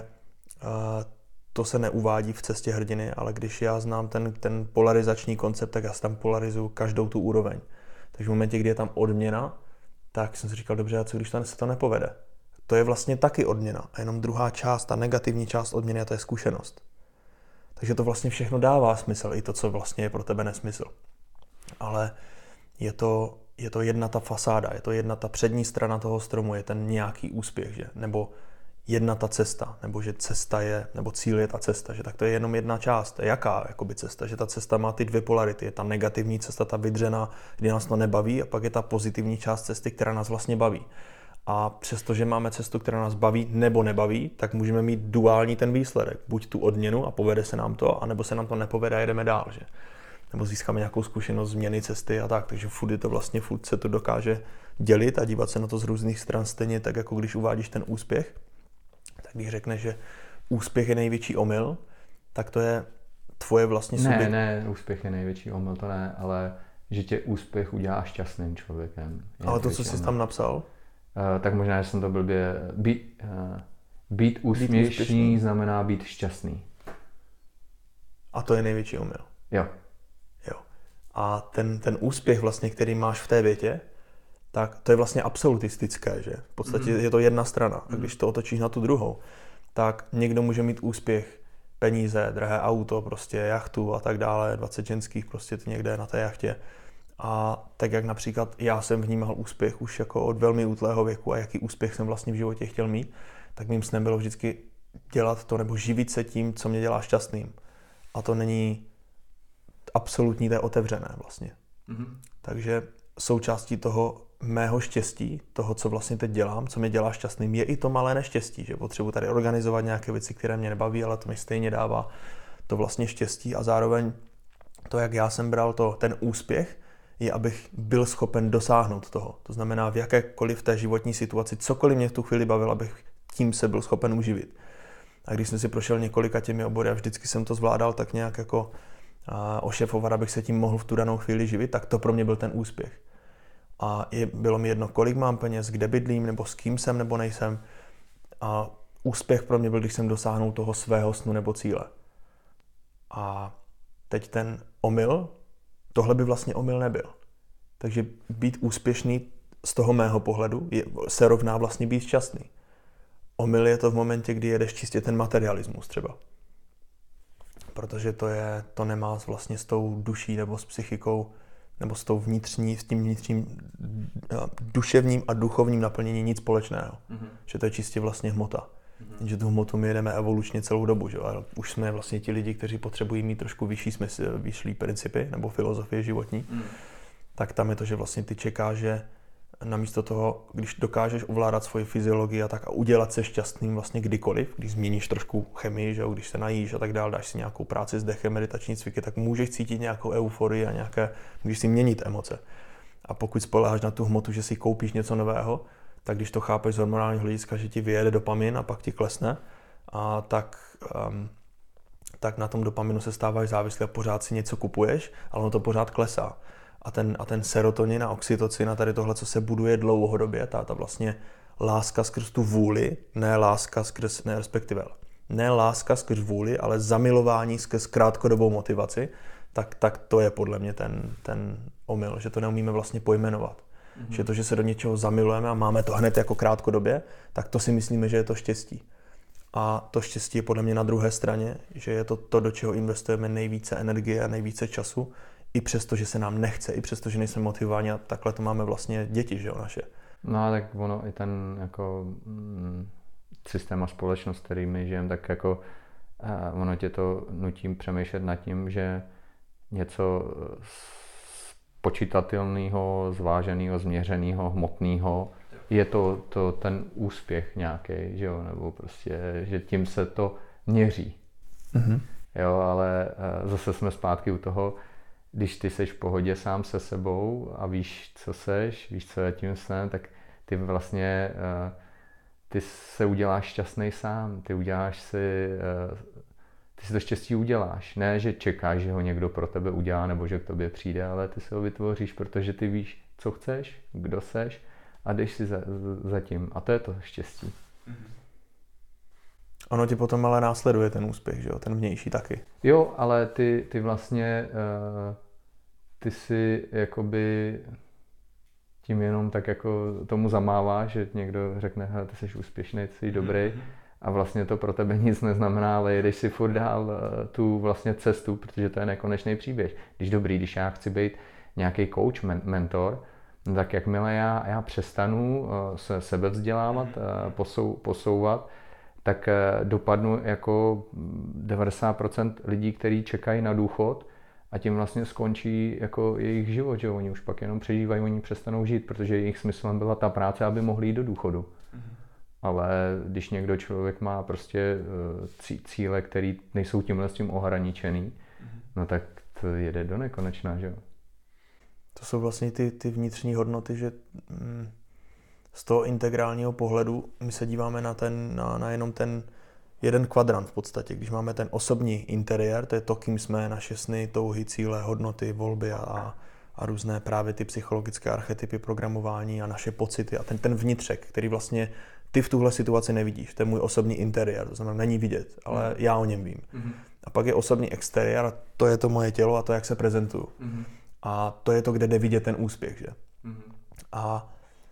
to se neuvádí v cestě hrdiny, ale když já znám ten polarizační koncept, tak já si tam polarizuju každou tu úroveň. Takže v momentě, kdy je tam odměna, tak jsem si říkal, dobře, a co když se to nepovede? To je vlastně taky odměna. A jenom druhá část, ta negativní část odměny, a to je zkušenost. Takže to vlastně všechno dává smysl, i to, co vlastně je pro tebe nesmysl. Ale je to jedna ta fasáda, je to jedna ta přední strana toho stromu, je ten nějaký úspěch, že? Nebo jedna ta cesta, nebo že cesta je, nebo cíl je ta cesta, že tak to je jenom jedna část. To je jaká jakoby cesta, že ta cesta má ty dvě polarity. Je ta negativní cesta, ta vydřená, kdy nás to nebaví, a pak je ta pozitivní část cesty, která nás vlastně baví. A přestože máme cestu, která nás baví nebo nebaví, tak můžeme mít duální ten výsledek. Buď tu odměnu a povede se nám to, anebo se nám to nepovede a jedeme dál. Že? nebo získáme nějakou zkušenost změny cesty a tak, takže furt se to dokáže dělit a dívat se na to z různých stran, stejně tak, jako když uvádíš ten úspěch, tak když řekneš, že úspěch je největší omyl, tak to je tvoje vlastně subjekt. Ne, úspěch je největší omyl, to ne, ale že tě úspěch udělá šťastným člověkem. Ale to, co jsi tam napsal? Tak možná, že jsem to blbě... Být úspěšný znamená být šťastný. A to je největší omyl. Jo. A ten úspěch vlastně, který máš v té větě, tak to je vlastně absolutistické, že? V podstatě je to jedna strana. A když to otočíš na tu druhou, tak někdo může mít úspěch, peníze, drahé auto, prostě jachtu a tak dále, 20 ženských prostě někde na té jachtě. A tak jak například já jsem vnímal úspěch už jako od velmi útlého věku a jaký úspěch jsem vlastně v životě chtěl mít, tak mým snem bylo vždycky dělat to nebo živit se tím, co mě dělá šťastným. A to není absolutní, to je otevřené vlastně. Takže součástí toho mého štěstí, toho, co vlastně teď dělám, co mě dělá šťastným, je i to malé neštěstí, že potřebuji tady organizovat nějaké věci, které mě nebaví, ale to mi stejně dává to vlastně štěstí a zároveň to, jak já jsem bral ten úspěch, je, abych byl schopen dosáhnout toho. To znamená, v jakékoliv té životní situaci, cokoliv mě v tu chvíli bavilo, abych tím se byl schopen uživit. A když jsem si prošel několika těmi obory a vždycky jsem to zvládal tak nějak jako ošefovat, abych se tím mohl v tu danou chvíli živit, tak to pro mě byl ten úspěch. A bylo mi jedno, kolik mám peněz, kde bydlím, nebo s kým jsem, nebo nejsem. A úspěch pro mě byl, když jsem dosáhnul toho svého snu nebo cíle. A teď ten omyl, tohle by vlastně omyl nebyl. Takže být úspěšný z toho mého pohledu se rovná vlastně být šťastný. Omyl je to v momentě, kdy jedeš čistě ten materialismus třeba. Protože to nemá vlastně s tou duší nebo s psychikou nebo s tím vnitřním duševním a duchovním naplněním nic společného. Že to je čistě vlastně hmota. Že tu hmotu my jedeme evolučně celou dobu. Že? Ale už jsme vlastně ti lidi, kteří potřebují mít trošku vyšší smysl, vyšší principy nebo filozofie životní. Tak tam je to, že vlastně ty čekáš, že namísto toho, když dokážeš ovládat svoji fyziologii a tak a udělat se šťastným vlastně kdykoliv, když změníš trošku chemii, že jo, když se najíš a tak dále, dáš si nějakou práci s dechem, meditační cviky, tak můžeš cítit nějakou euforii a můžeš si měnit emoce. A pokud spoléháš na tu hmotu, že si koupíš něco nového, tak když to chápeš z hormonálního hlediska, že ti vyjede dopamin a pak ti klesne, a tak na tom dopaminu se stáváš závislý a pořád si něco kupuješ, ale ono to pořád klesá. A ten serotonin a oxytocin a tady tohle, co se buduje dlouhodobě, ta vlastně láska skrz tu vůli, ne láska skrz vůli, ale zamilování skrz krátkodobou motivaci, tak to je podle mě ten omyl, že to neumíme vlastně pojmenovat. Že to, že se do něčeho zamilujeme a máme to hned jako krátkodobě, tak to si myslíme, že je to štěstí. A to štěstí je podle mě na druhé straně, že je to do čeho investujeme nejvíce energie a nejvíce času, i přesto, že se nám nechce, i přesto, že nejsme motivováni a takhle to máme vlastně děti, že jo, naše. No a tak ono i ten jako systém a společnost, který my žijeme, tak jako ono tě to nutí přemýšlet nad tím, že něco počítatelného, zváženého, změřeného, hmotného, je to ten úspěch nějaký, že jo, nebo prostě, že tím se to měří. Jo, ale zase jsme zpátky u toho, když ty seš v pohodě sám se sebou a víš, co seš, víš, co je tím snem, tak ty vlastně ty se uděláš šťastný sám, ty si to štěstí uděláš. Ne, že čekáš, že ho někdo pro tebe udělá nebo že k tobě přijde, ale ty si ho vytvoříš, protože ty víš, co chceš, kdo seš a jdeš si za tím. A to je to štěstí. Ono ti potom ale následuje ten úspěch, že jo, ten vnější taky. Jo, ale ty vlastně, ty si jakoby tím jenom tak jako tomu zamáváš, že někdo řekne, hele, ty jsi úspěšný, ty jsi dobrý a vlastně to pro tebe nic neznamená, ale jedeš si furt dál tu vlastně cestu, protože to je nekonečný příběh. Když já chci být nějaký coach, mentor, tak jakmile já přestanu se sebevzdělávat, posouvat, tak dopadnu jako 90% lidí, kteří čekají na důchod a tím vlastně skončí jako jejich život, že oni už pak jenom přežívají, oni přestanou žít, protože jejich smyslem byla ta práce, aby mohli jít do důchodu. Ale když někdo člověk má prostě cíle, které nejsou tímhle s tím ohraničený, no tak to jede do nekonečna, že jo. To jsou vlastně ty vnitřní hodnoty, že z toho integrálního pohledu my se díváme na jenom ten jeden kvadrant v podstatě. Když máme ten osobní interiér, to je to, kým jsme, naše sny, touhy, cíle, hodnoty, volby a různé právě ty psychologické archetypy programování a naše pocity a ten vnitřek, který vlastně ty v tuhle situaci nevidíš. To je můj osobní interiér, to znamená, není vidět, ale já o něm vím. A pak je osobní exteriér a to je to moje tělo a to, jak se prezentuju. A to je to, kde jde vidět ten úspěch, že? A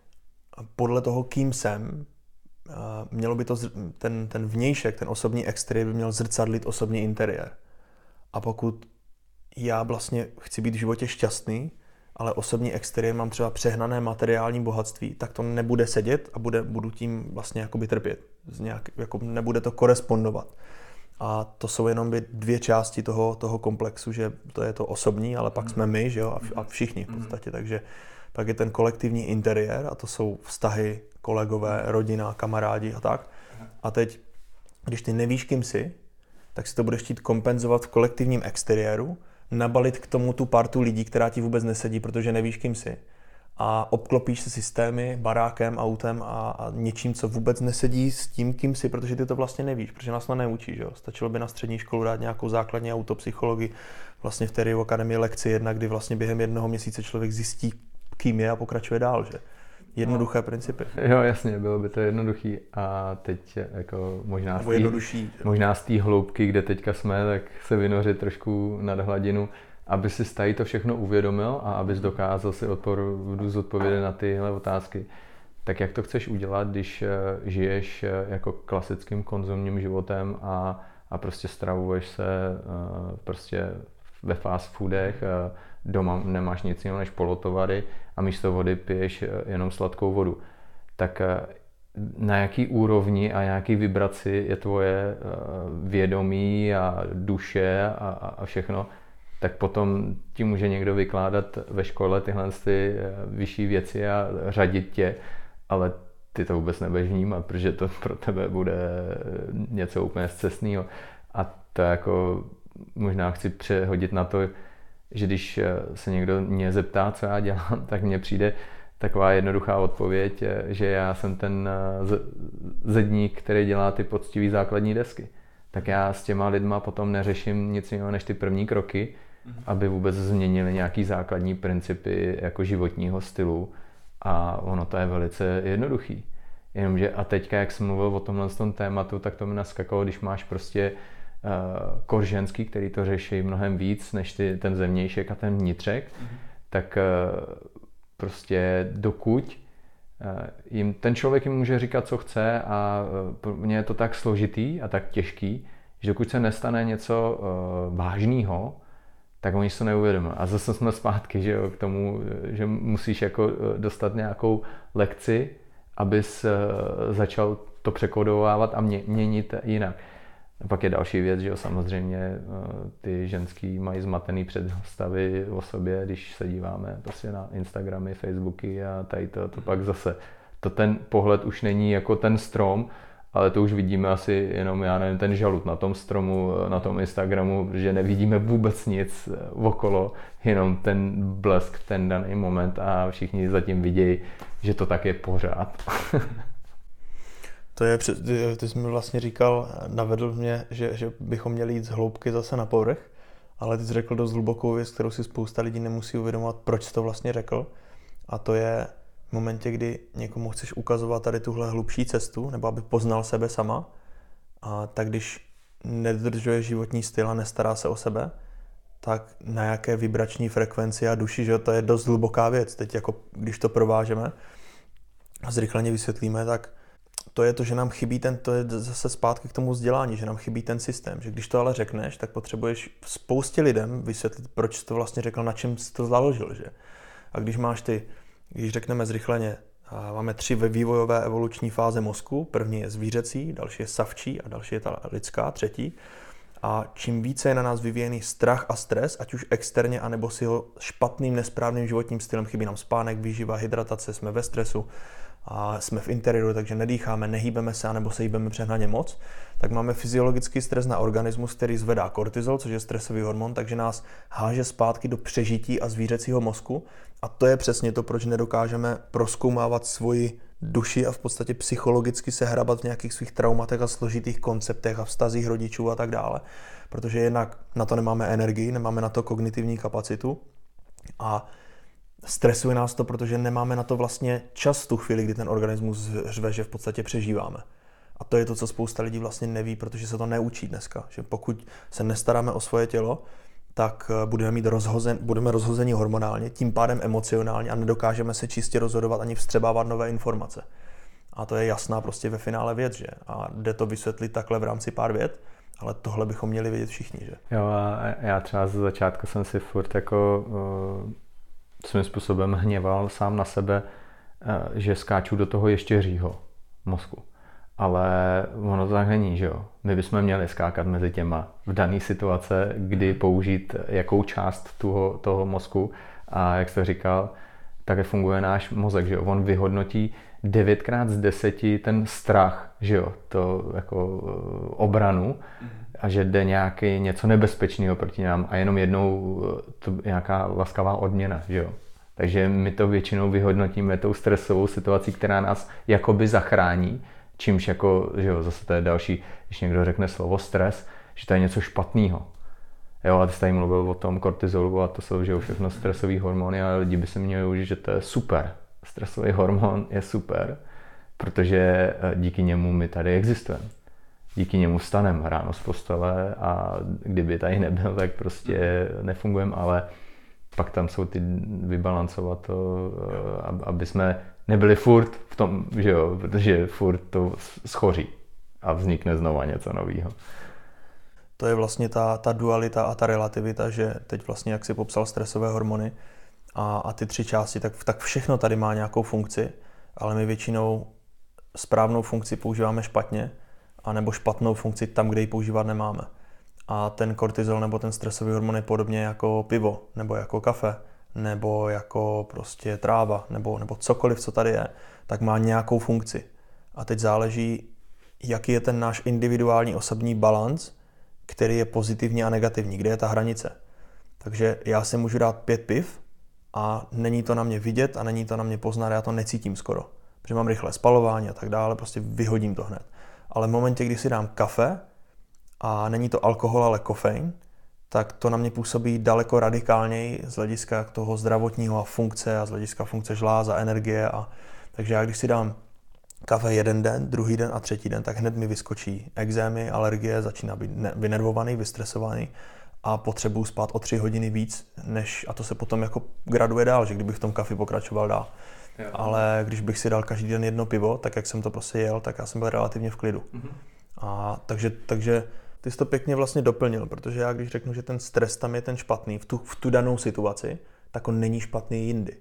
podle toho, kým jsem, mělo by to, ten vnějšek, ten osobní exteriér by měl zrcadlit osobní interiér. A pokud já vlastně chci být v životě šťastný, ale osobní exteriér mám třeba přehnané materiální bohatství, tak to nebude sedět a budu tím vlastně jakoby trpět. Jako nebude to korespondovat. A to jsou jenom dvě části toho komplexu, že to je to osobní, ale pak jsme my, že jo, a všichni v podstatě. Takže pak je ten kolektivní interiér a to jsou vztahy, kolegové, rodina, kamarádi a tak. A teď, když ty nevíš, kým jsi, tak si to budeš chtít kompenzovat v kolektivním exteriéru, nabalit k tomu tu partu lidí, která ti vůbec nesedí, protože nevíš, kým jsi. A obklopíš se systémy, barákem, autem a něčím, co vůbec nesedí s tím, kým jsi, protože ty to vlastně nevíš, protože nás to neučí. Že? Stačilo by na střední školu dát nějakou základní autopsychologii, vlastně v té Rio Academy lekci 1, kdy vlastně během 1 měsíce člověk zjistí, kým je a pokračuje dál. Že? Jednoduché principy. Jo, jasně, bylo by to jednoduchý a teď jako možná z té hloubky, kde teďka jsme, tak se vynořit trošku nad hladinu, aby si tady to všechno uvědomil a abys dokázal si zodpovědět na tyhle otázky. Tak jak to chceš udělat, když žiješ jako klasickým konzumním životem a prostě stravuješ se prostě ve fast foodech, doma nemáš nic jiného než polotovary a místo vody piješ jenom sladkou vodu. Tak na jaký úrovni a jaký vibraci je tvoje vědomí a duše a všechno, tak potom ti může někdo vykládat ve škole tyhle ty vyšší věci a řadit tě, ale ty to vůbec nebudeš vnímat, protože to pro tebe bude něco úplně scestného. A to jako možná chci přehodit na to, že když se někdo mě zeptá, co já dělám, tak mně přijde taková jednoduchá odpověď, že já jsem ten zedník, který dělá ty poctivý základní desky. Tak já s těma lidma potom neřeším nic jiného než ty první kroky, aby vůbec změnili nějaký základní principy jako životního stylu a ono to je velice jednoduchý. Jenomže a teďka, jak jsem mluvil o tomhle tématu, tak to mi naskakalo, když máš prostě korženský, který to řeší mnohem víc než ten zemnějšek a ten vnitřek, tak prostě dokud ten člověk jim může říkat, co chce a pro mě je to tak složitý a tak těžký, že dokud se nestane něco vážného, tak oni se to neuvědomí. A zase jsme zpátky, že jo, k tomu, že musíš jako dostat nějakou lekci, abys začal to překodovávat a měnit jinak. A pak je další věc, že jo, samozřejmě ty ženský mají zmatený představy o sobě, když se díváme prostě na Instagramy, Facebooky a tady to pak zase. To ten pohled už není jako ten strom, ale to už vidíme asi jenom, já nevím, ten žalud na tom stromu, na tom Instagramu, že nevidíme vůbec nic okolo, jenom ten blesk, ten daný moment a všichni zatím vidějí, že to tak je pořád. Ty jsi mi vlastně říkal, navedl mě, že bychom měli jít z hloubky zase na povrch, ale ty jsi řekl dost hlubokou věc, kterou si spousta lidí nemusí uvědomovat, proč jsi to vlastně řekl. A to je v momentě, kdy někomu chceš ukazovat tady tuhle hlubší cestu, nebo aby poznal sebe sama, a tak když nedodržuje životní styl a nestará se o sebe, tak na jaké vibrační frekvenci a duši, že to je dost hluboká věc. Teď jako když to provážeme a zrychleně vysvětlíme, tak to je to, že nám chybí to je zase zpátky k tomu vzdělání, že nám chybí ten systém, že když to ale řekneš, tak potřebuješ spoustě lidem vysvětlit, proč jsi to vlastně řekl, na čem jsi to založil, že? A když řekneme zrychleně, máme 3 vývojové evoluční fáze mozku, první je zvířecí, další je savčí a další je ta lidská, třetí. A čím více je na nás vyvíjený strach a stres, ať už externě, anebo si ho špatným, nesprávným životním stylem, chybí nám spánek, výživa, hydratace, jsme ve stresu, a jsme v interiéru, takže nedýcháme, nehýbeme se, anebo se hýbeme přehnaně moc, tak máme fyziologický stres na organismus, který zvedá kortizol, což je stresový hormon, takže nás háže zpátky do přežití a zvířecího mozku. A to je přesně to, proč nedokážeme prozkoumávat svoji duši a v podstatě psychologicky se hrabat v nějakých svých traumatech a složitých konceptech a vztazích rodičů a tak dále. Protože jednak na to nemáme energii, nemáme na to kognitivní kapacitu a stresuje nás to, protože nemáme na to vlastně čas v tu chvíli, kdy ten organismus řve, že v podstatě přežíváme. A to je to, co spousta lidí vlastně neví, protože se to neučí dneska. Že pokud se nestaráme o svoje tělo, tak budeme rozhozeni hormonálně, tím pádem emocionálně a nedokážeme se čistě rozhodovat ani vstřebávat nové informace. A to je jasná prostě ve finále věc, že? A jde to vysvětlit takhle v rámci pár vět, ale tohle bychom měli vědět všichni, že? Jo, a já třeba ze začátku jsem si furt jako svým způsobem hněval sám na sebe, že skáču do toho ještěřího mozku. Ale ono to tak není, že jo. My bychom měli skákat mezi těma v dané situace, kdy použít jakou část toho mozku. A jak jste říkal, tak funguje náš mozek, že jo. On vyhodnotí 9x z 10 ten strach, že jo, to jako obranu a že jde něco nebezpečného proti nám a jenom jednou to nějaká laskavá odměna, že jo. Takže my to většinou vyhodnotíme tou stresovou situací, která nás jakoby zachrání, čímž jako, že jo, zase to je další, když někdo řekne slovo stres, že to je něco špatného. Jo, a ty jsi tady mluvil o tom kortizolu a to jsou, že jo, všechno stresové hormony a lidi by se měli užít, že to je super. Stresový hormon je super, protože díky němu my tady existujeme. Díky němu vstaneme ráno z postele a kdyby tady nebyl, tak prostě nefungujeme, ale pak tam jsou ty vybalancovat to, aby jsme nebyli furt v tom, že jo, protože furt to schoří a vznikne znova něco nového. To je vlastně ta dualita a ta relativita, že teď vlastně, jak si popsal stresové hormony a ty 3 části, tak všechno tady má nějakou funkci, ale my většinou správnou funkci používáme špatně, anebo špatnou funkci tam, kde ji používat nemáme. A ten kortizol nebo ten stresový hormon je podobně jako pivo, nebo jako kafe, nebo jako prostě tráva, nebo cokoliv, co tady je, tak má nějakou funkci. A teď záleží, jaký je ten náš individuální osobní balanc, který je pozitivní a negativní, kde je ta hranice. Takže já si můžu dát 5 piv a není to na mě vidět a není to na mě poznat, já to necítím skoro. Protože mám rychlé spalování a tak dále, prostě vyhodím to hned. Ale v momentě, kdy si dám kafe a není to alkohol, ale kofein, tak to na mě působí daleko radikálněji z hlediska toho zdravotního a funkce a z hlediska funkce žláza, energie. Takže já když si dám kafe jeden den, druhý den a třetí den, tak hned mi vyskočí ekzémy, alergie, začíná být vynervovaný, vystresovaný a potřebuju spát o 3 hodiny víc, a to se potom jako graduje dál, že kdybych v tom kafi pokračoval dál. Jo. Ale když bych si dal každý den 1 pivo, tak jak jsem to prostě jel, tak já jsem byl relativně v klidu. Mm-hmm. A takže ty jsi to pěkně vlastně doplnil, protože já když řeknu, že ten stres tam je ten špatný v tu danou situaci, tak on není špatný jindy.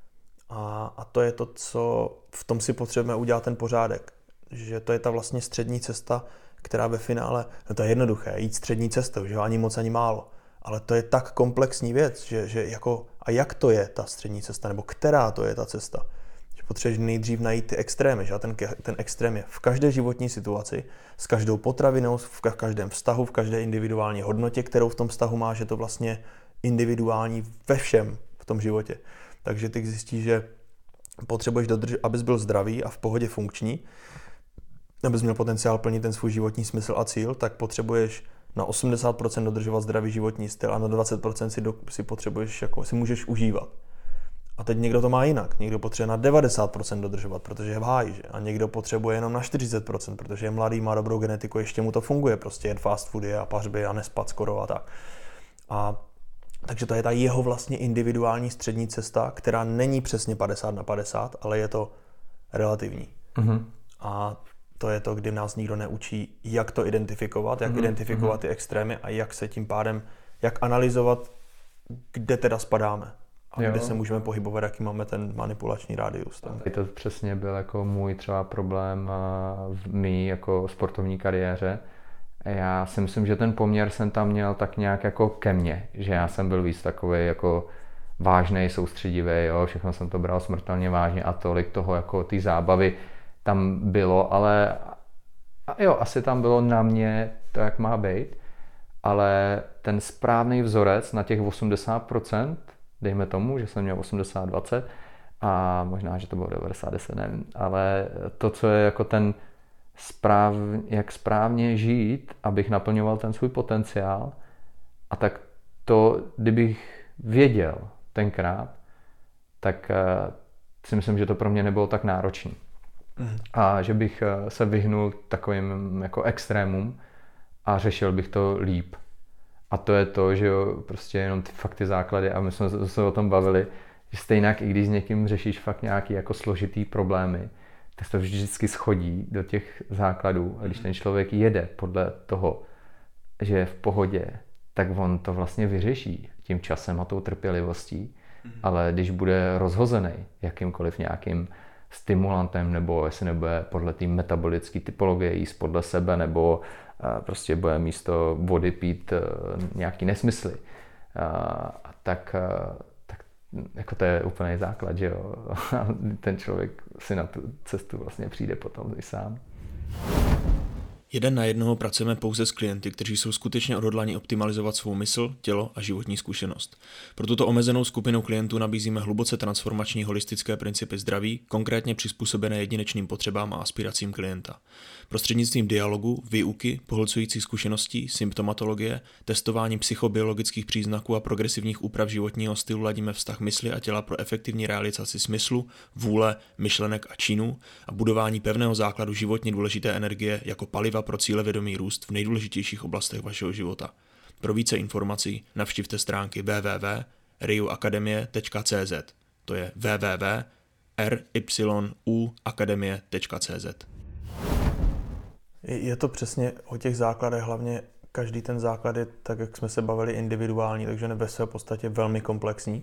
A to je to, co v tom si potřebujeme udělat ten pořádek. Že to je ta vlastně střední cesta, která ve finále, no to je jednoduché, jít střední cestou, že ani moc, ani málo. Ale to je tak komplexní věc, že jako, a jak to je ta střední cesta, nebo která to je ta cesta. Že potřebuješ nejdřív najít ty extrémy, že ten extrém je v každé životní situaci, s každou potravinou, v každém vztahu, v každé individuální hodnotě, kterou v tom vztahu máš, je to vlastně individuální ve všem v tom životě. Takže ty zjistíš, že potřebuješ abys byl zdravý a v pohodě funkční, abys měl potenciál plnit ten svůj životní smysl a cíl, tak potřebuješ na 80% dodržovat zdravý životní styl a na 20% si potřebuješ, jako si můžeš užívat. A teď někdo to má jinak. Někdo potřebuje na 90% dodržovat, protože je v háji, že? A někdo potřebuje jenom na 40%, protože je mladý, má dobrou genetiku, ještě mu to funguje, prostě jen fast foody a pařby a nespat skoro a tak. Takže to je ta jeho vlastně individuální střední cesta, která není přesně 50/50, ale je to relativní. Mm-hmm. A to je to, kdy nás nikdo neučí, jak to identifikovat, jak identifikovat ty extrémy a jak se tím pádem, jak analyzovat, kde teda spadáme a kde se můžeme pohybovat, jaký máme ten manipulační rádius. To přesně byl jako můj třeba problém v mý jako sportovní kariéře. Já si myslím, že ten poměr jsem tam měl tak nějak jako ke mně, že já jsem byl víc takový jako vážnej, soustředivý, jo, všechno jsem to bral smrtelně vážně a tolik toho jako ty zábavy tam bylo, ale jo, asi tam bylo na mě to, jak má být, ale ten správný vzorec na těch 80%, dejme tomu, že jsem měl 80-20 a možná, že to bylo 90-10, nevím, ale to, co je jako ten jak správně žít, abych naplňoval ten svůj potenciál, a tak to, kdybych věděl tenkrát, tak si myslím, že to pro mě nebylo tak náročné. A že bych se vyhnul takovým jako extrémům a řešil bych to líp. A to je to, že jo, prostě jenom ty základy, a my jsme se o tom bavili, že stejnak, i když s někým řešíš fakt nějaký jako složitý problémy, tak to vždycky schodí do těch základů. A když ten člověk jede podle toho, že je v pohodě, tak on to vlastně vyřeší tím časem a tou trpělivostí. Ale když bude rozhozený jakýmkoliv nějakým stimulantem, nebo jestli nebude podle té metabolické typologie jíst podle sebe, nebo prostě bude místo vody pít nějaký nesmysly, tak jako to je úplný základ, že jo. Ten člověk si na tu cestu vlastně přijde potom i sám. 1 na 1 pracujeme pouze s klienty, kteří jsou skutečně odhodláni optimalizovat svou mysl, tělo a životní zkušenost. Pro tuto omezenou skupinu klientů nabízíme hluboce transformační holistické principy zdraví, konkrétně přizpůsobené jedinečným potřebám a aspiracím klienta. Prostřednictvím dialogu, výuky, pohlcujících zkušeností, symptomatologie, testování psychobiologických příznaků a progresivních úprav životního stylu ladíme vztah mysli a těla pro efektivní realizaci smyslu, vůle, myšlenek a činů a budování pevného základu životně důležité energie jako paliva pro cílevědomý růst v nejdůležitějších oblastech vašeho života. Pro více informací navštivte stránky www.ryuakademie.cz. To je www.ryuakademie.cz. Je to přesně o těch základech, hlavně každý ten základ je, tak jak jsme se bavili, individuální, takže ve své podstatě velmi komplexní.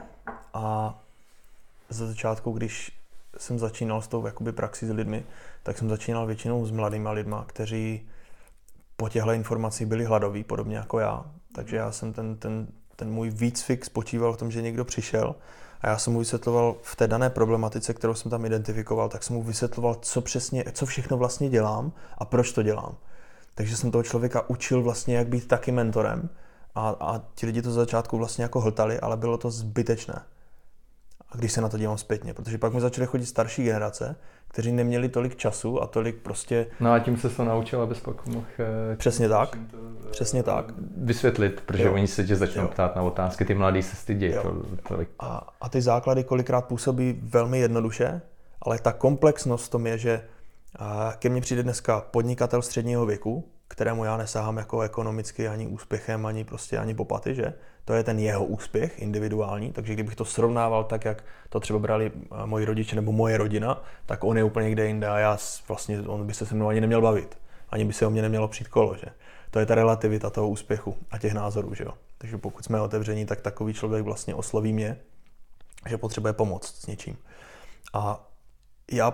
A za začátku, když jsem začínal s tou jakoby praxí s lidmi, tak jsem začínal většinou s mladýma lidma, kteří po těchto informacích byli hladoví, podobně jako já. Takže já jsem ten můj výcvik spočíval v tom, že někdo přišel a já jsem mu vysvětloval v té dané problematice, kterou jsem tam identifikoval, tak jsem mu vysvětloval, co všechno vlastně dělám a proč to dělám. Takže jsem toho člověka učil vlastně, jak být taky mentorem a ti lidi to za začátku vlastně jako hltali, ale bylo to zbytečné. A když se na to dívám zpětně, protože pak mi začaly chodit starší generace, kteří neměli tolik času a tolik prostě... No a tím se to naučil, abys pak mohl... Přesně tak, přesně tak. Vysvětlit, protože oni se tě začnou ptát na otázky, ty mladí se stydějí tolik. A ty základy kolikrát působí velmi jednoduše, ale ta komplexnost v tom je, že ke mně přijde dneska podnikatel středního věku, kterému já nesahám jako ekonomicky ani úspěchem, ani popaty, že? To je ten jeho úspěch individuální, takže kdybych to srovnával tak, jak to třeba brali moji rodiče nebo moje rodina, tak on je úplně někde jinde a on by se mnou ani neměl bavit. Ani by se o mě nemělo přijít kolo, že? To je ta relativita toho úspěchu a těch názorů, že jo? Takže pokud jsme otevření, tak takový člověk vlastně osloví mě, že potřebuje pomoct s něčím. A já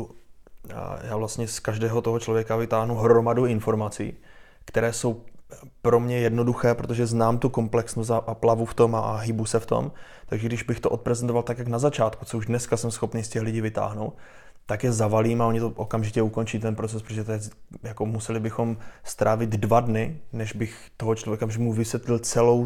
vlastně z každého toho člověka vytáhnu hromadu informací, které jsou pro mě jednoduché, protože znám tu komplexnost a plavu v tom a hýbu se v tom. Takže když bych to odprezentoval tak, jak na začátku, co už dneska jsem schopný z těch lidí vytáhnout, tak je zavalím a oni to okamžitě ukončí ten proces, protože to je, jako museli bychom strávit 2 dny, než bych toho člověka, že mu vysvětlil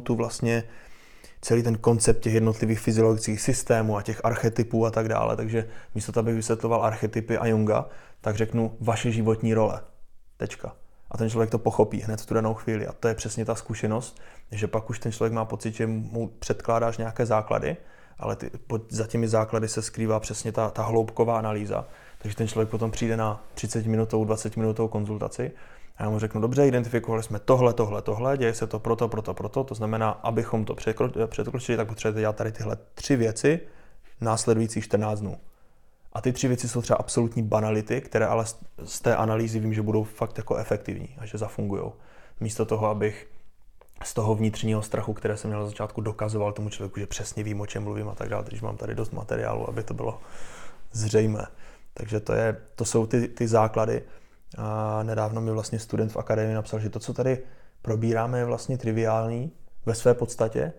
celý ten koncept těch jednotlivých fyziologických systémů a těch archetypů a tak dále. Takže místo toho, abych vysvětloval archetypy a Junga, tak řeknu vaše životní role. Tečka. A ten člověk to pochopí hned v tu danou chvíli. A to je přesně ta zkušenost, že pak už ten člověk má pocit, že mu předkládáš nějaké základy, ale za těmi základy se skrývá přesně ta hloubková analýza. Takže ten člověk potom přijde na 30-minutovou, 20-minutovou konzultaci a já mu řeknu, dobře, identifikovali jsme tohle, děje se to proto, to znamená, abychom to překročili, tak potřebujete dělat tady tyhle 3 věci následující 14 dnů. A ty 3 věci jsou třeba absolutní banality, které ale z té analýzy vím, že budou fakt jako efektivní a že zafungujou. Místo toho, abych z toho vnitřního strachu, které jsem měl na začátku, dokazoval tomu člověku, že přesně vím, o čem mluvím a tak dále, takže mám tady dost materiálu, aby to bylo zřejmé. Takže to jsou ty základy. A nedávno mi vlastně student v akademii napsal, že to, co tady probíráme, je vlastně triviální ve své podstatě,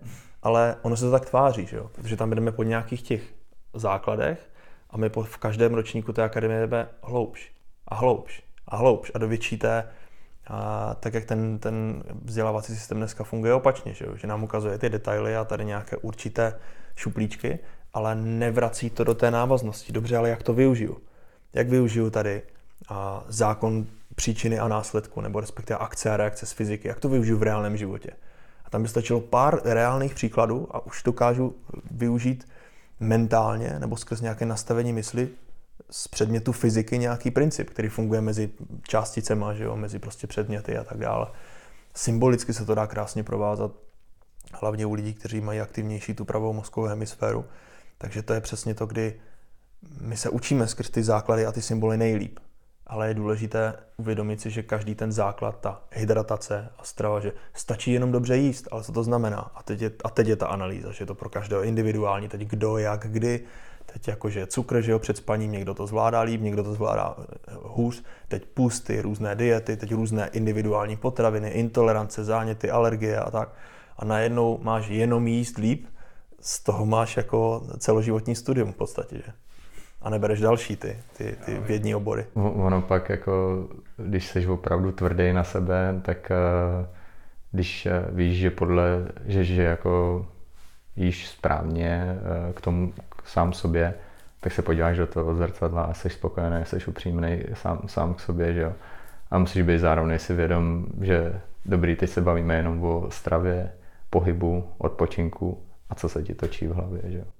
ale ono se to tak tváří, že jo? Protože tam jdeme po nějakých těch základech a my v každém ročníku té akademie jdeme hloubš a hloubš a hloubš a do větší té, a tak jak ten vzdělávací systém dneska funguje opačně, že nám ukazuje ty detaily a tady nějaké určité šuplíčky, ale nevrací to do té návaznosti. Dobře, ale jak to využiju? Jak využiju tady zákon příčiny a následku, nebo respektive akce a reakce z fyziky? Jak to využiju v reálném životě? A tam by stačilo pár reálných příkladů a už dokážu využít mentálně nebo skrz nějaké nastavení mysli z předmětu fyziky nějaký princip, který funguje mezi částicema, že jo, mezi prostě předměty a tak dále. Symbolicky se to dá krásně provázat, hlavně u lidí, kteří mají aktivnější tu pravou mozkovou hemisféru. Takže to je přesně to, kdy my se učíme skrz ty základy a ty symboly nejlíp. Ale je důležité uvědomit si, že každý ten základ, ta hydratace a strava, že stačí jenom dobře jíst, ale co to znamená? A teď je ta analýza, že je to pro každého individuální, teď kdo, jak, kdy. Teď jakože cukr, že jo, před spaním někdo to zvládá líp, někdo to zvládá hůř. Teď pusty, různé diety, teď různé individuální potraviny, intolerance, záněty, alergie a tak. A najednou máš jenom jíst líp, z toho máš jako celoživotní studium v podstatě, že? A nebereš další ty vědní obory. Ono pak jako, když jsi opravdu tvrdý na sebe, tak když víš, že že jako jíš správně k tomu sám sobě, tak se podíváš do toho zrcadla a jsi spokojený, jsi upřímnej sám k sobě, že jo. A musíš být zároveň si vědom, že dobrý, teď se bavíme jenom o stravě, pohybu, odpočinku a co se ti točí v hlavě, že jo.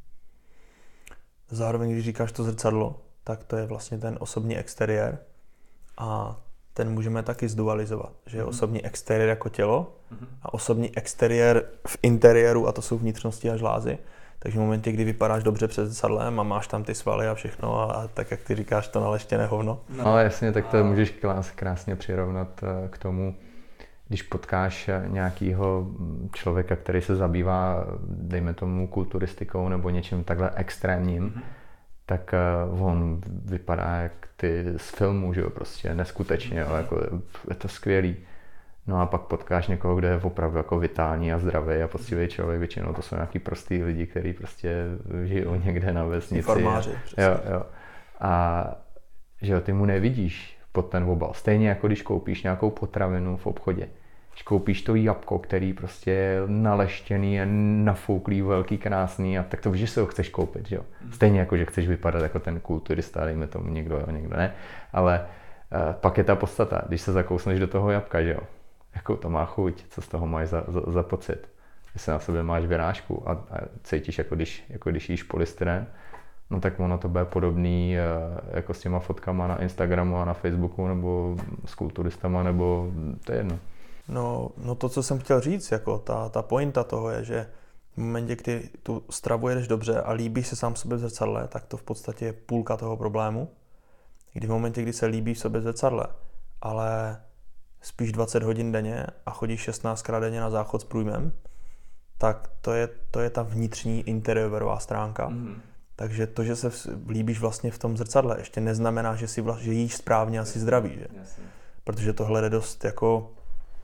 Zároveň, když říkáš to zrcadlo, tak to je vlastně ten osobní exteriér a ten můžeme taky zdualizovat, že je osobní exteriér jako tělo a osobní exteriér v interiéru a to jsou vnitřnosti a žlázy. Takže v momentě, kdy vypadáš dobře před zrcadlem a máš tam ty svaly a všechno a tak, jak ty říkáš, to naleštěné hovno. No ale jasně, tak to můžeš krásně přirovnat k tomu, když potkáš nějakého člověka, který se zabývá, dejme tomu, kulturistikou nebo něčím takhle extrémním, tak on vypadá jak ty z filmů, že jo, prostě neskutečně, jo, jako je to skvělý. No a pak potkáš někoho, kde je opravdu jako vitální a zdravý a poctivý člověk, většinou to jsou nějaký prostý lidi, kteří prostě žijou někde na vesnici. Farmáři. Jo. A že jo, ty mu nevidíš pod ten obal. Stejně jako když koupíš nějakou potravinu v obchodě. Když koupíš to jabko, který prostě je naleštěný, je nafouklý, velký, krásný, a tak to víš, že si ho chceš koupit, že jo. Stejně jako, že chceš vypadat jako ten kulturista, dejme tomu někdo, jo, někdo ne. Ale pak je ta podstata, když se zakousneš do toho jabka, že jo. Jakou to má chuť, co z toho máš za pocit. Když se na sobě máš vyrážku a cítíš, jako když jíš polystyren, no tak ono to bude podobný jako s těma fotkama na Instagramu a na Facebooku, nebo s kulturistama, nebo to je jedno. No to, co jsem chtěl říct, jako ta pointa toho je, že v momentě, kdy tu stravu jedeš dobře a líbíš se sám sobě v zrcadle, tak to v podstatě je půlka toho problému. Kdy v momentě, kdy se líbíš sobě v zrcadle, ale spíš 20 hodin denně a chodíš 16krát denně na záchod s průjmem, tak to je ta vnitřní interiérová stránka. Takže to, že se líbíš vlastně v tom zrcadle, ještě neznamená, že jíš správně a jsi zdravý, že? Protože tohle je dost jako...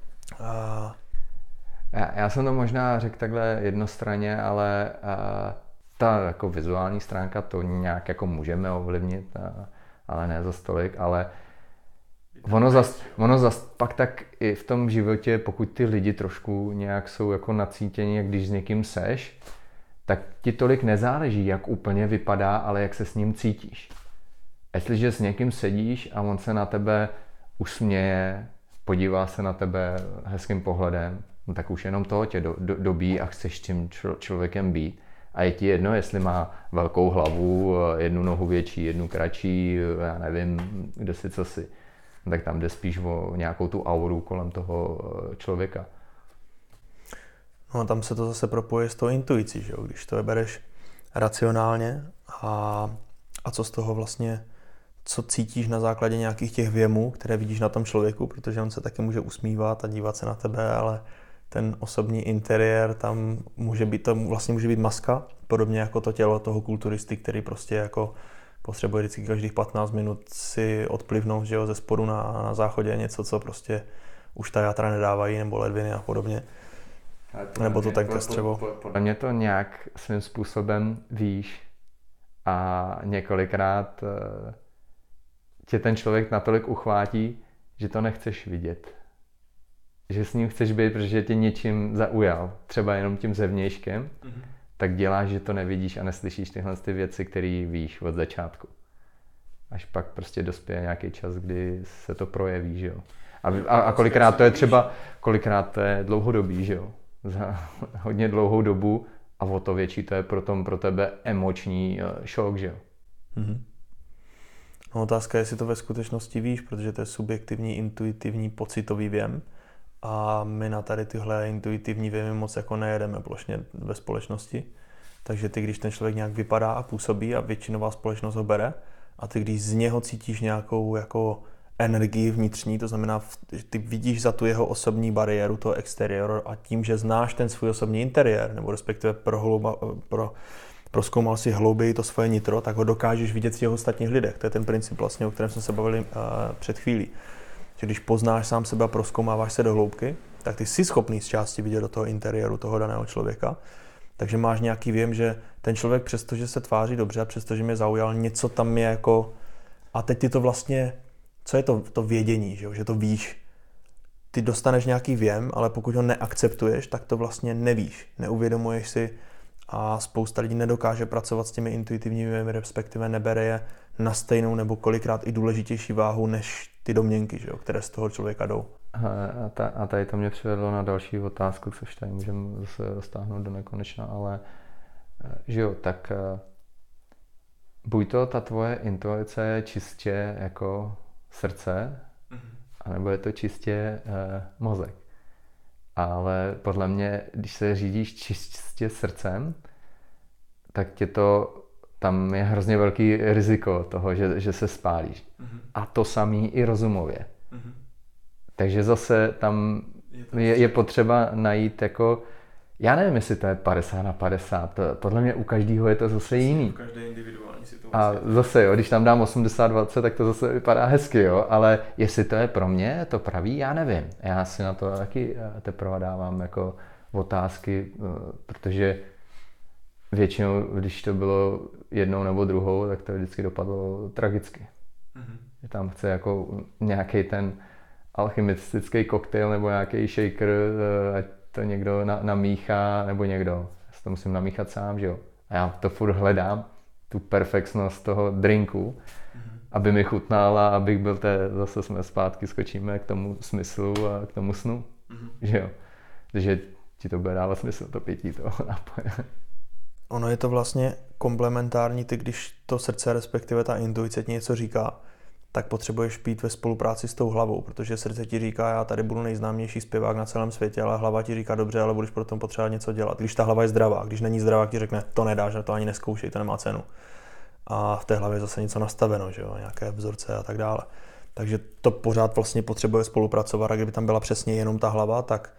Já jsem to možná řekl takhle jednostranně, ale ta jako vizuální stránka to nějak jako můžeme ovlivnit, ale ne za tolik, ale ono zas pak tak i v tom životě, pokud ty lidi trošku nějak jsou jako nacítěni, jak když s někým seš, tak ti tolik nezáleží, jak úplně vypadá, ale jak se s ním cítíš. Jestliže s někým sedíš a on se na tebe usměje, podívá se na tebe hezkým pohledem, no tak už jenom toho tě dobí a chceš tím člověkem být. A je ti jedno, jestli má velkou hlavu, jednu nohu větší, jednu kratší, já nevím, kde si, co si. No tak tam jde spíš o nějakou tu auru kolem toho člověka. No a tam se to zase propoje s tou intuicí, že jo? Když to bereš racionálně a co z toho vlastně, co cítíš na základě nějakých těch věmů, které vidíš na tom člověku, protože on se taky může usmívat a dívat se na tebe, ale ten osobní interiér tam může být maska, podobně jako to tělo toho kulturisty, který prostě jako potřebuje vždycky každých 15 minut si odplivnout, že jo, ze spodu na záchodě něco, co prostě už ta játra nedávají, nebo ledviny a podobně. Nebo to tenké střevo? Podle mě to nějak svým způsobem víš a několikrát tě ten člověk natolik uchvátí, že to nechceš vidět. Že s ním chceš být, protože tě něčím zaujal, třeba jenom tím zevnějškem, tak děláš, že to nevidíš a neslyšíš tyhle ty věci, které víš od začátku. Až pak prostě dospěje nějaký čas, kdy se to projeví, že jo. A kolikrát to je třeba, kolikrát to je dlouhodobý, že jo. Za hodně dlouhou dobu a o to větší to je pro tebe emoční šok, že jo. No, otázka je, jestli to ve skutečnosti víš, protože to je subjektivní, intuitivní, pocitový věm a my na tady tyhle intuitivní věmy moc jako nejedeme plošně ve společnosti. Takže ty, když ten člověk nějak vypadá a působí a většinová společnost ho bere a ty, když z něho cítíš nějakou jako energii vnitřní, to znamená, že ty vidíš za tu jeho osobní bariéru, toho exteriéru a tím, že znáš ten svůj osobní interiér, nebo respektive prozkoumal si hlouběji to svoje nitro, tak ho dokážeš vidět v těch ostatních lidech. To je ten princip vlastně, o kterém jsme se bavili před chvílí. Že když poznáš sám sebe a prozkoumáváš se do hloubky, tak ty jsi schopný z části vidět do toho interiéru toho daného člověka. Takže máš nějaký věm, že ten člověk, přestože se tváří dobře a přestože mě zaujal, něco tam je jako... A teď ty to vlastně... Co je to vědění, že to víš? Ty dostaneš nějaký věm, ale pokud ho neakceptuješ, tak to vlastně nevíš. Neuvědomuješ si a spousta lidí nedokáže pracovat s těmi intuitivními věmy, respektive nebere je na stejnou nebo kolikrát i důležitější váhu než ty domněnky, že jo, které z toho člověka jdou. A tady to mě přivedlo na další otázku, což tady můžeme zase roztáhnout do nekonečna, ale že jo, tak buď to ta tvoje intuice je čistě jako srdce, anebo je to čistě mozek. Ale podle mě, když se řídíš čistě srdcem, tak tam je hrozně velký riziko toho, že se spálíš. A to samý i rozumově. Takže zase tam je potřeba najít jako, já nevím, jestli to je 50/50, podle mě u každého je to zase jiný. V každé individuální situaci. A zase jo, když tam dám 80/20, tak to zase vypadá hezky, jo, ale jestli to je pro mě to pravý, já nevím. Já si na to taky teprve dávám jako otázky, protože většinou, když to bylo jednou nebo druhou, tak to vždycky dopadlo tragicky. Že tam chce jako nějaký ten alchymistický koktejl nebo nějaký shaker, ať to někdo namíchá, nebo někdo. Já si to musím namíchat sám, že jo. A já to furt hledám, tu perfektnost toho drinku, aby mi chutnal a abych byl zase jsme zpátky, skočíme k tomu smyslu a k tomu snu, že jo. Takže ti to bude dávat smysl, to pití toho nápoje. Ono je to vlastně komplementární, ty když to srdce, respektive ta intuice ti něco říká, tak potřebuješ být ve spolupráci s tou hlavou, protože srdce ti říká, já tady budu nejznámější zpěvák na celém světě, ale hlava ti říká, dobře, ale budeš pro tom potřebovat něco dělat. Když ta hlava je zdravá, když není zdravá, ti řekne, to nedáš, to ani neskoušej, to nemá cenu. A v té hlavě je zase něco nastaveno, že jo, nějaké vzorce a tak dále. Takže to pořád vlastně potřebuje spolupracovat a kdyby tam byla přesně jenom ta hlava, tak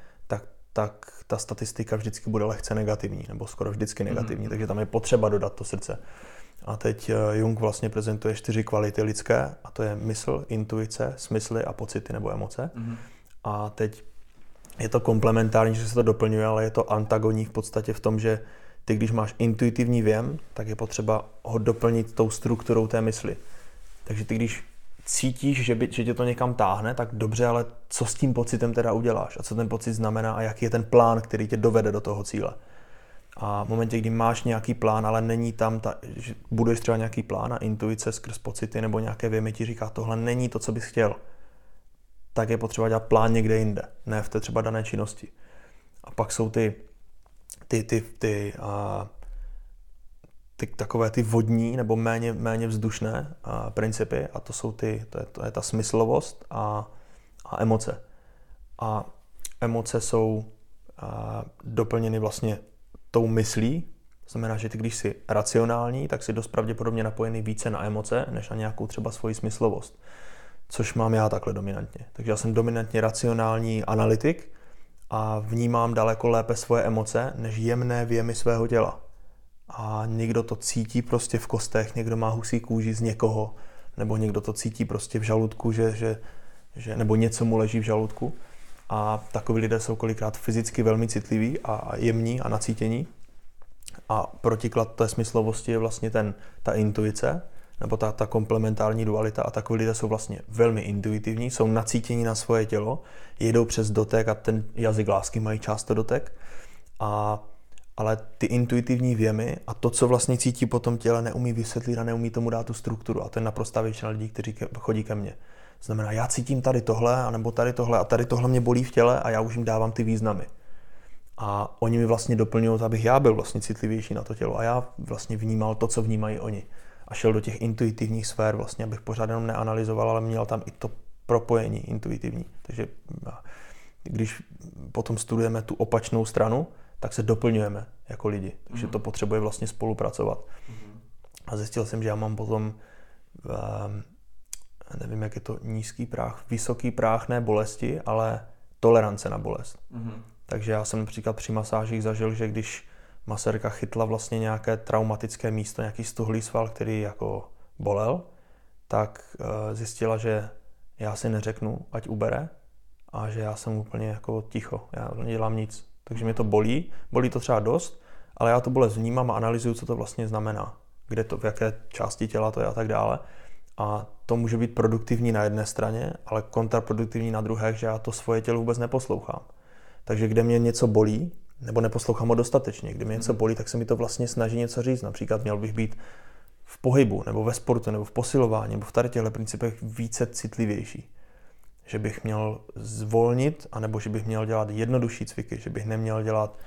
ta statistika vždycky bude lehce negativní, nebo skoro vždycky negativní, takže tam je potřeba dodat to srdce. A teď Jung vlastně prezentuje 4 kvality lidské, a to je mysl, intuice, smysly a pocity nebo emoce. A teď je to komplementární, že se to doplňuje, ale je to antagonní v podstatě v tom, že ty, když máš intuitivní věm, tak je potřeba ho doplnit tou strukturou té mysli. Takže ty, když cítíš, že tě to někam táhne, tak dobře, ale co s tím pocitem teda uděláš? A co ten pocit znamená a jaký je ten plán, který tě dovede do toho cíle? A v momentě, kdy máš nějaký plán, ale není tam, že buduješ třeba nějaký plán a intuice skrz pocity nebo nějaké věmy ti říká, tohle není to, co bys chtěl, tak je potřeba dělat plán někde jinde, ne v té třeba dané činnosti. A pak jsou ty takové ty vodní nebo méně vzdušné principy a to je ta smyslovost a emoce. A emoce jsou doplněny vlastně tou myslí, to znamená, že ty, když jsi racionální, tak jsi dost pravděpodobně napojený více na emoce, než na nějakou třeba svoji smyslovost. Což mám já takhle dominantně. Takže já jsem dominantně racionální analytik a vnímám daleko lépe svoje emoce, než jemné věmy svého těla. A někdo to cítí prostě v kostech, někdo má husí kůži z někoho, nebo někdo to cítí prostě v žaludku, že nebo něco mu leží v žaludku. A takoví lidé jsou kolikrát fyzicky velmi citliví a jemní a nacítění. A protiklad té smyslovosti je vlastně ta intuice, nebo ta komplementární dualita. A takoví lidé jsou vlastně velmi intuitivní, jsou nacítění na svoje tělo, jedou přes dotek a ten jazyk lásky mají často dotek. Ale ty intuitivní věmy a to, co vlastně cítí po tom těle, neumí vysvětlit a neumí tomu dát tu strukturu. A to je naprostá většina lidí, kteří chodí ke mně. Znamená, já cítím tady tohle, anebo tady tohle a tady tohle mě bolí v těle a já už jim dávám ty významy. A oni mi vlastně doplňují, abych já byl vlastně citlivější na to tělo a já vlastně vnímal to, co vnímají oni. A šel do těch intuitivních sfér, vlastně, abych pořád jenom neanalyzoval, ale měl tam i to propojení intuitivní. Takže když potom studujeme tu opačnou stranu, tak se doplňujeme jako lidi. Takže to potřebuje vlastně spolupracovat. A zjistil jsem, že já mám potom, nevím, jak je to, nízký práh, vysoký práh, ne bolesti, ale tolerance na bolest. Takže já jsem například při masážích zažil, že když masérka chytla vlastně nějaké traumatické místo, nějaký stuhlý sval, který jako bolel, tak zjistila, že já si neřeknu, ať ubere, a že já jsem úplně jako ticho, já nedělám nic. Takže mě to bolí to třeba dost, ale já to bolest vnímám a analyzuju, co to vlastně znamená, kde to, v jaké části těla to je a tak dále. A to může být produktivní na jedné straně, ale kontraproduktivní na druhé, že já to svoje tělo vůbec neposlouchám. Takže kde mě něco bolí, nebo neposlouchám ho dostatečně, kde mě něco bolí, tak se mi to vlastně snaží něco říct. Například měl bych být v pohybu, nebo ve sportu, nebo v posilování, nebo v tady těchto principech více citlivější. Že bych měl zvolnit, anebo že bych měl dělat jednodušší cviky, že bych neměl dělat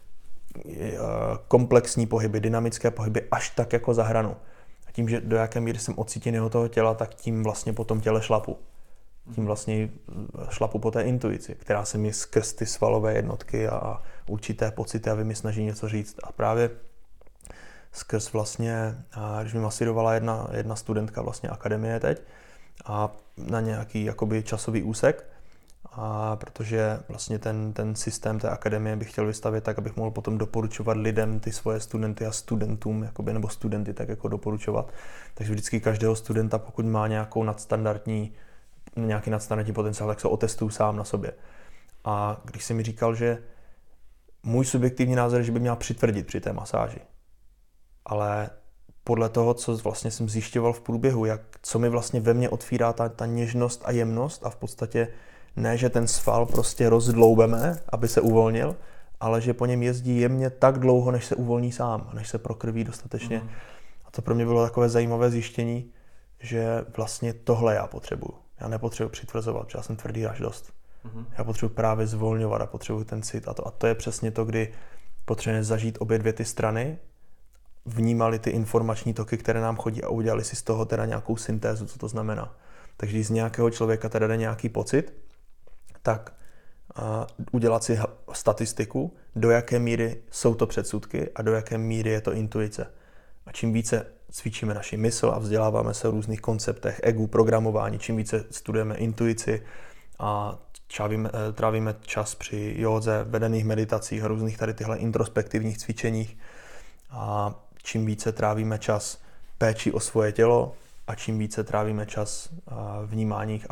komplexní pohyby, dynamické pohyby až tak jako za hranu. A tím, že do jaké míry jsem ocítěný od toho těla, tak tím vlastně po tom těle šlapu. Tím vlastně šlapu po té intuici, která se mi skrz ty svalové jednotky a určité pocity a mi snaží něco říct. A právě skrz vlastně, když mi masírovala jedna studentka vlastně akademie teď, a na nějaký jakoby časový úsek, a protože vlastně ten systém té akademie bych chtěl vystavět tak, abych mohl potom doporučovat lidem ty svoje studenty a studentům, jakoby, nebo studenty tak jako doporučovat. Takže vždycky každého studenta, pokud má nějaký nadstandardní potenciál, tak se otestuju sám na sobě. A když jsem mi říkal, že můj subjektivní názor je, že by měl přitvrdit při té masáži. Ale podle toho, co vlastně jsem zjišťoval v průběhu, co mi vlastně ve mně otvírá ta něžnost a jemnost a v podstatě ne, že ten sval prostě rozdloubeme, aby se uvolnil, ale že po něm jezdí jemně tak dlouho, než se uvolní sám, než se prokrví dostatečně. A to pro mě bylo takové zajímavé zjištění, že vlastně tohle já potřebuju. Já nepotřebuji přitvrzovat, protože já jsem tvrdý až dost. Já potřebuji právě zvolňovat a potřebuji ten cit. A to je přesně to, kdy potřebujeme zažít obě dvě ty strany, vnímali ty informační toky, které nám chodí a udělali si z toho teda nějakou syntézu, co to znamená. Takže když z nějakého člověka teda jde nějaký pocit, tak udělat si statistiku, do jaké míry jsou to předsudky a do jaké míry je to intuice. A čím více cvičíme naši mysl a vzděláváme se o různých konceptech egu, programování, čím více studujeme intuici a trávíme čas při józe, vedených meditacích a různých tady tyhle introspektivních cvičeních a čím více trávíme čas péči o svoje tělo a čím více trávíme čas vnímáních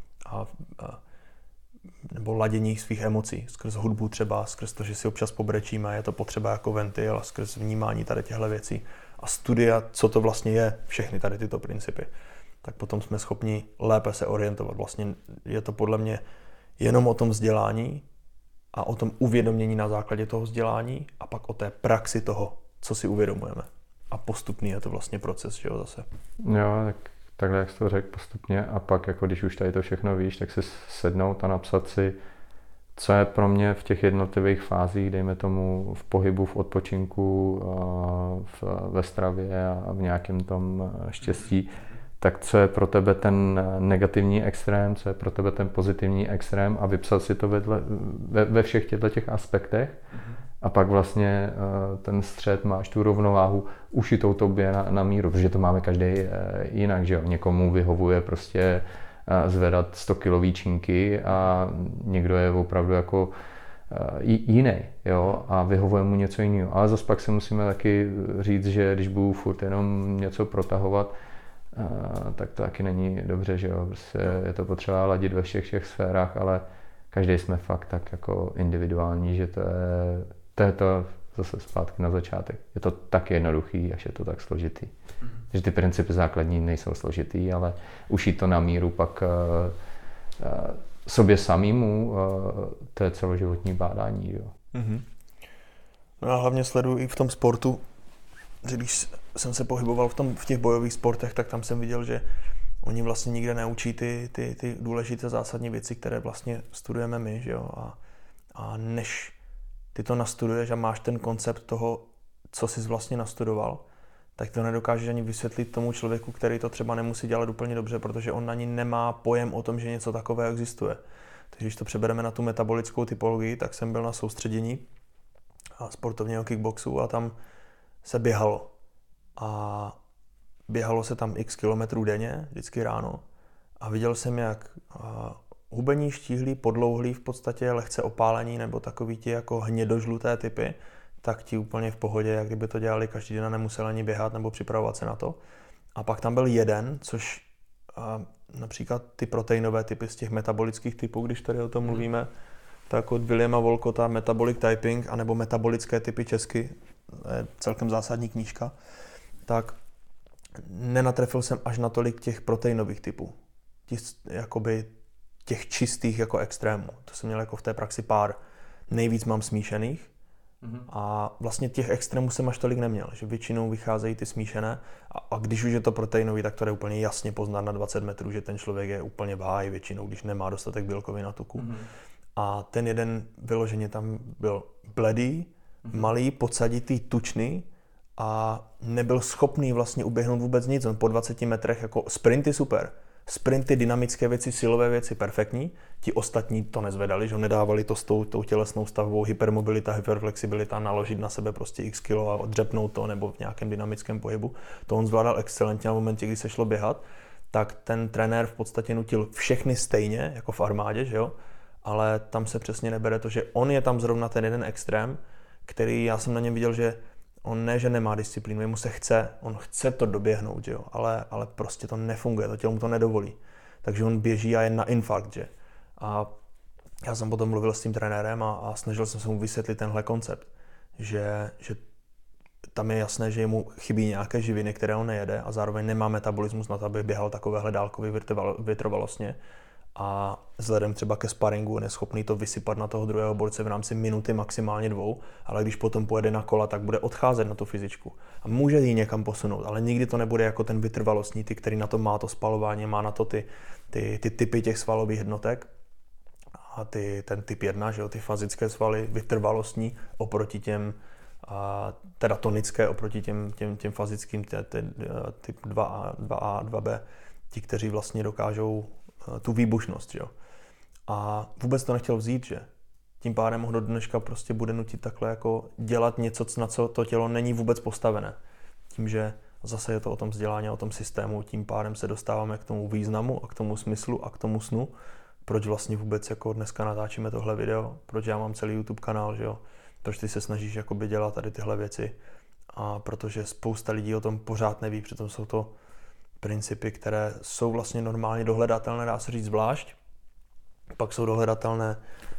nebo laděních svých emocí, skrz hudbu třeba, skrz to, že si občas pobrečíme, je to potřeba jako ventil a skrz vnímání tady těchto věcí a studia, co to vlastně je, všechny tady tyto principy, tak potom jsme schopni lépe se orientovat. Vlastně je to podle mě jenom o tom vzdělání a o tom uvědomění na základě toho vzdělání a pak o té praxi toho, co si uvědomujeme. A postupný je to vlastně proces, že jo, zase. Jo, tak takhle, jak jsi to řekl, postupně a pak, jako když už tady to všechno víš, tak si sednout a napsat si, co je pro mě v těch jednotlivých fázích, dejme tomu v pohybu, v odpočinku, ve stravě a v nějakém tom štěstí, tak co je pro tebe ten negativní extrém, co je pro tebe ten pozitivní extrém a vypsat si to ve všech těch aspektech. A pak vlastně ten střed máš tu rovnováhu ušitou tobě na míru, protože to máme každý jinak, že jo. Někomu vyhovuje prostě zvedat 100-kilový činky a někdo je opravdu jako jiný, jo, a vyhovuje mu něco jiného. Ale zase pak si musíme taky říct, že když budu furt jenom něco protahovat, tak to taky není dobře, že jo. Prostě je to potřeba ladit ve všech sférách, ale každý jsme fakt tak jako individuální, že to je to zase zpátky na začátek. Je to tak jednoduchý, až je to tak složitý. Že ty principy základní nejsou složitý, ale ušít to na míru pak sobě samýmu, to je celoživotní bádání. Jo. No a hlavně sleduju i v tom sportu, že když jsem se pohyboval v těch bojových sportech, tak tam jsem viděl, že oni vlastně nikde neučí ty důležité zásadní věci, které vlastně studujeme my, že jo? A než ty to nastuduješ a máš ten koncept toho, co jsi vlastně nastudoval, tak to nedokážeš ani vysvětlit tomu člověku, který to třeba nemusí dělat úplně dobře, protože on ani nemá pojem o tom, že něco takového existuje. Takže když to přebereme na tu metabolickou typologii, tak jsem byl na soustředění sportovního kickboxu a tam se běhalo. A běhalo se tam x kilometrů denně, vždycky ráno. A viděl jsem, jak hubení, štíhlí, podlouhlí, v podstatě lehce opálení nebo takový ti jako hnědožluté typy, tak ti úplně v pohodě, jak kdyby to dělali každý den a nemuseli ani běhat nebo připravovat se na to. A pak tam byl jeden, což například ty proteinové typy z těch metabolických typů, když tady o tom mluvíme, tak od Williama Wolcotta Metabolic Typing, anebo metabolické typy česky, to je celkem zásadní knížka, tak nenatrefil jsem až na tolik těch proteinových typů. Těch čistých jako extrémů. To jsem měl jako v té praxi pár. Nejvíc mám smíšených a vlastně těch extrémů jsem až tolik neměl, že většinou vycházejí ty smíšené a když už je to proteinový, tak to je úplně jasně poznat na 20 metrů, že ten člověk je úplně v háji většinou, když nemá dostatek bílkovin na tuku. A ten jeden vyloženě tam byl bledý, malý, podsaditý, tučný a nebyl schopný vlastně uběhnout vůbec nic. On po 20 metrech jako sprinty super. Sprinty, dynamické věci, silové věci perfektní. Ti ostatní to nezvedali, že nedávali to s tou tělesnou stavbou, hypermobilita, hyperflexibilita, naložit na sebe prostě x kilo a odřepnout to nebo v nějakém dynamickém pohybu. To on zvládal excelentně a v momentě, kdy se šlo běhat, tak ten trenér v podstatě nutil všechny stejně, jako v armádě, že jo? Ale tam se přesně nebere to, že on je tam zrovna ten jeden extrém, který já jsem na něm viděl, že on ne, že nemá disciplínu, jemu se chce, on chce to doběhnout, že jo? Ale prostě to nefunguje, to tělo mu to nedovolí. Takže on běží a je na infarkt, že? A já jsem potom mluvil s tím trenérem a snažil jsem se mu vysvětlit tenhle koncept, že tam je jasné, že jemu chybí nějaké živiny, které on nejede a zároveň nemá metabolismus na to, aby běhal takovéhle dálkově vytrvalostně. A vzhledem třeba ke sparingu je neschopný to vysypat na toho druhého borce v rámci minuty, maximálně 2, ale když potom pojede na kola, tak bude odcházet na tu fyzičku. A může ji někam posunout, ale nikdy to nebude jako ten vytrvalostní, ty, který na to má to spalování, má na to ty typy těch svalových jednotek. A ten typ 1, že jo, ty fyzické svaly, vytrvalostní oproti těm, teda tonické oproti těm fyzickým, typ 2A, 2B, ti, kteří vlastně dokážou tu výbušnost, jo. A vůbec to nechtěl vzít, že tím pádem ho do dneška prostě bude nutit takhle jako dělat něco, na co to tělo není vůbec postavené. Tím, že zase je to o tom vzdělání, o tom systému, tím pádem se dostáváme k tomu významu a k tomu smyslu a k tomu snu, proč vlastně vůbec jako dneska natáčíme tohle video, proč já mám celý YouTube kanál, že jo, proč ty se snažíš jakoby dělat tady tyhle věci a protože spousta lidí o tom pořád neví, přitom jsou to principy, které jsou vlastně normálně dohledatelné, dá se říct zvlášť, pak jsou dohledatelné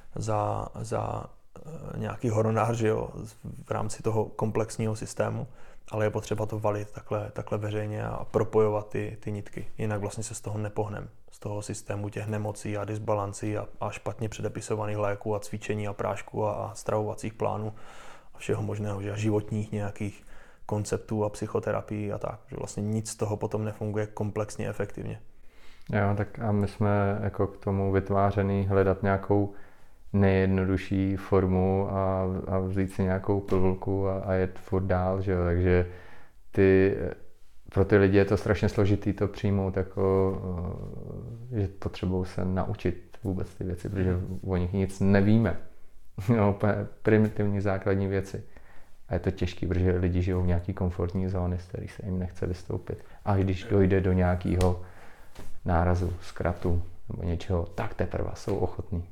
za nějaký horonář, že jo, v rámci toho komplexního systému, ale je potřeba to valit takhle veřejně a propojovat ty nitky, jinak vlastně se z toho nepohneme, z toho systému těch nemocí a disbalancí a špatně předepisovaných léků a cvičení a prášků a stravovacích plánů a všeho možného, že životních nějakých konceptů a psychoterapii a tak, že vlastně nic z toho potom nefunguje komplexně efektivně. Jo, tak a my jsme jako k tomu vytvářený hledat nějakou nejjednodušší formu a vzít si nějakou pilulku a jet furt dál, že jo, takže pro ty lidi je to strašně složitý to přijmout, jako, že potřebují se naučit vůbec ty věci, protože o nich nic nevíme. No, úplně primitivní základní věci. A je to těžké, protože lidi žijou v nějaký komfortní zóny, z kterých se jim nechce vystoupit. A když dojde do nějakého nárazu, zkratu nebo něčeho, tak teprve jsou ochotní.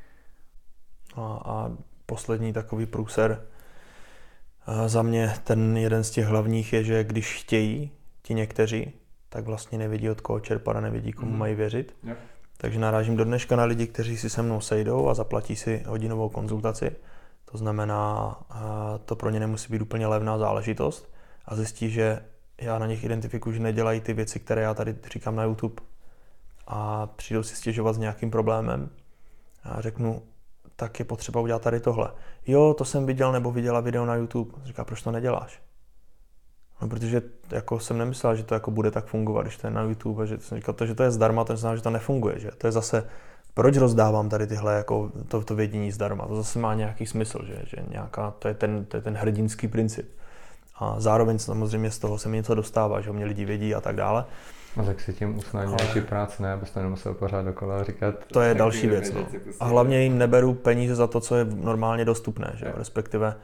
A poslední takový průser za mě, ten jeden z těch hlavních je, že když chtějí ti někteří, tak vlastně nevidí od koho čerpat a nevidí, komu mají věřit. Takže narážím do dneška na lidi, kteří si se mnou sejdou a zaplatí si hodinovou konzultaci. To znamená, to pro ně nemusí být úplně levná záležitost a zjistí, že já na nich identifikuji, že nedělají ty věci, které já tady říkám na YouTube a přijdou si stěžovat s nějakým problémem a řeknu, tak je potřeba udělat tady tohle. Jo, to jsem viděl nebo viděla video na YouTube. Říká, proč to neděláš? No, protože jako jsem nemyslel, že to jako bude tak fungovat, když to je na YouTube, že jsem říkal, že to je zdarma, to znamená, že to nefunguje, že to je zase, proč rozdávám tady tyhle jako to vědění zdarma, to zase má nějaký smysl, že nějaká, to je ten hrdinský princip. A zároveň samozřejmě z toho se mi něco dostává, že o mě lidi vědí a tak dále. No tak si tím usnadňuješ práci, ne? Abyste nemusel pořád dokola říkat. To je další věc, no. A hlavně jim neberu peníze za to, co je normálně dostupné, že? Respektive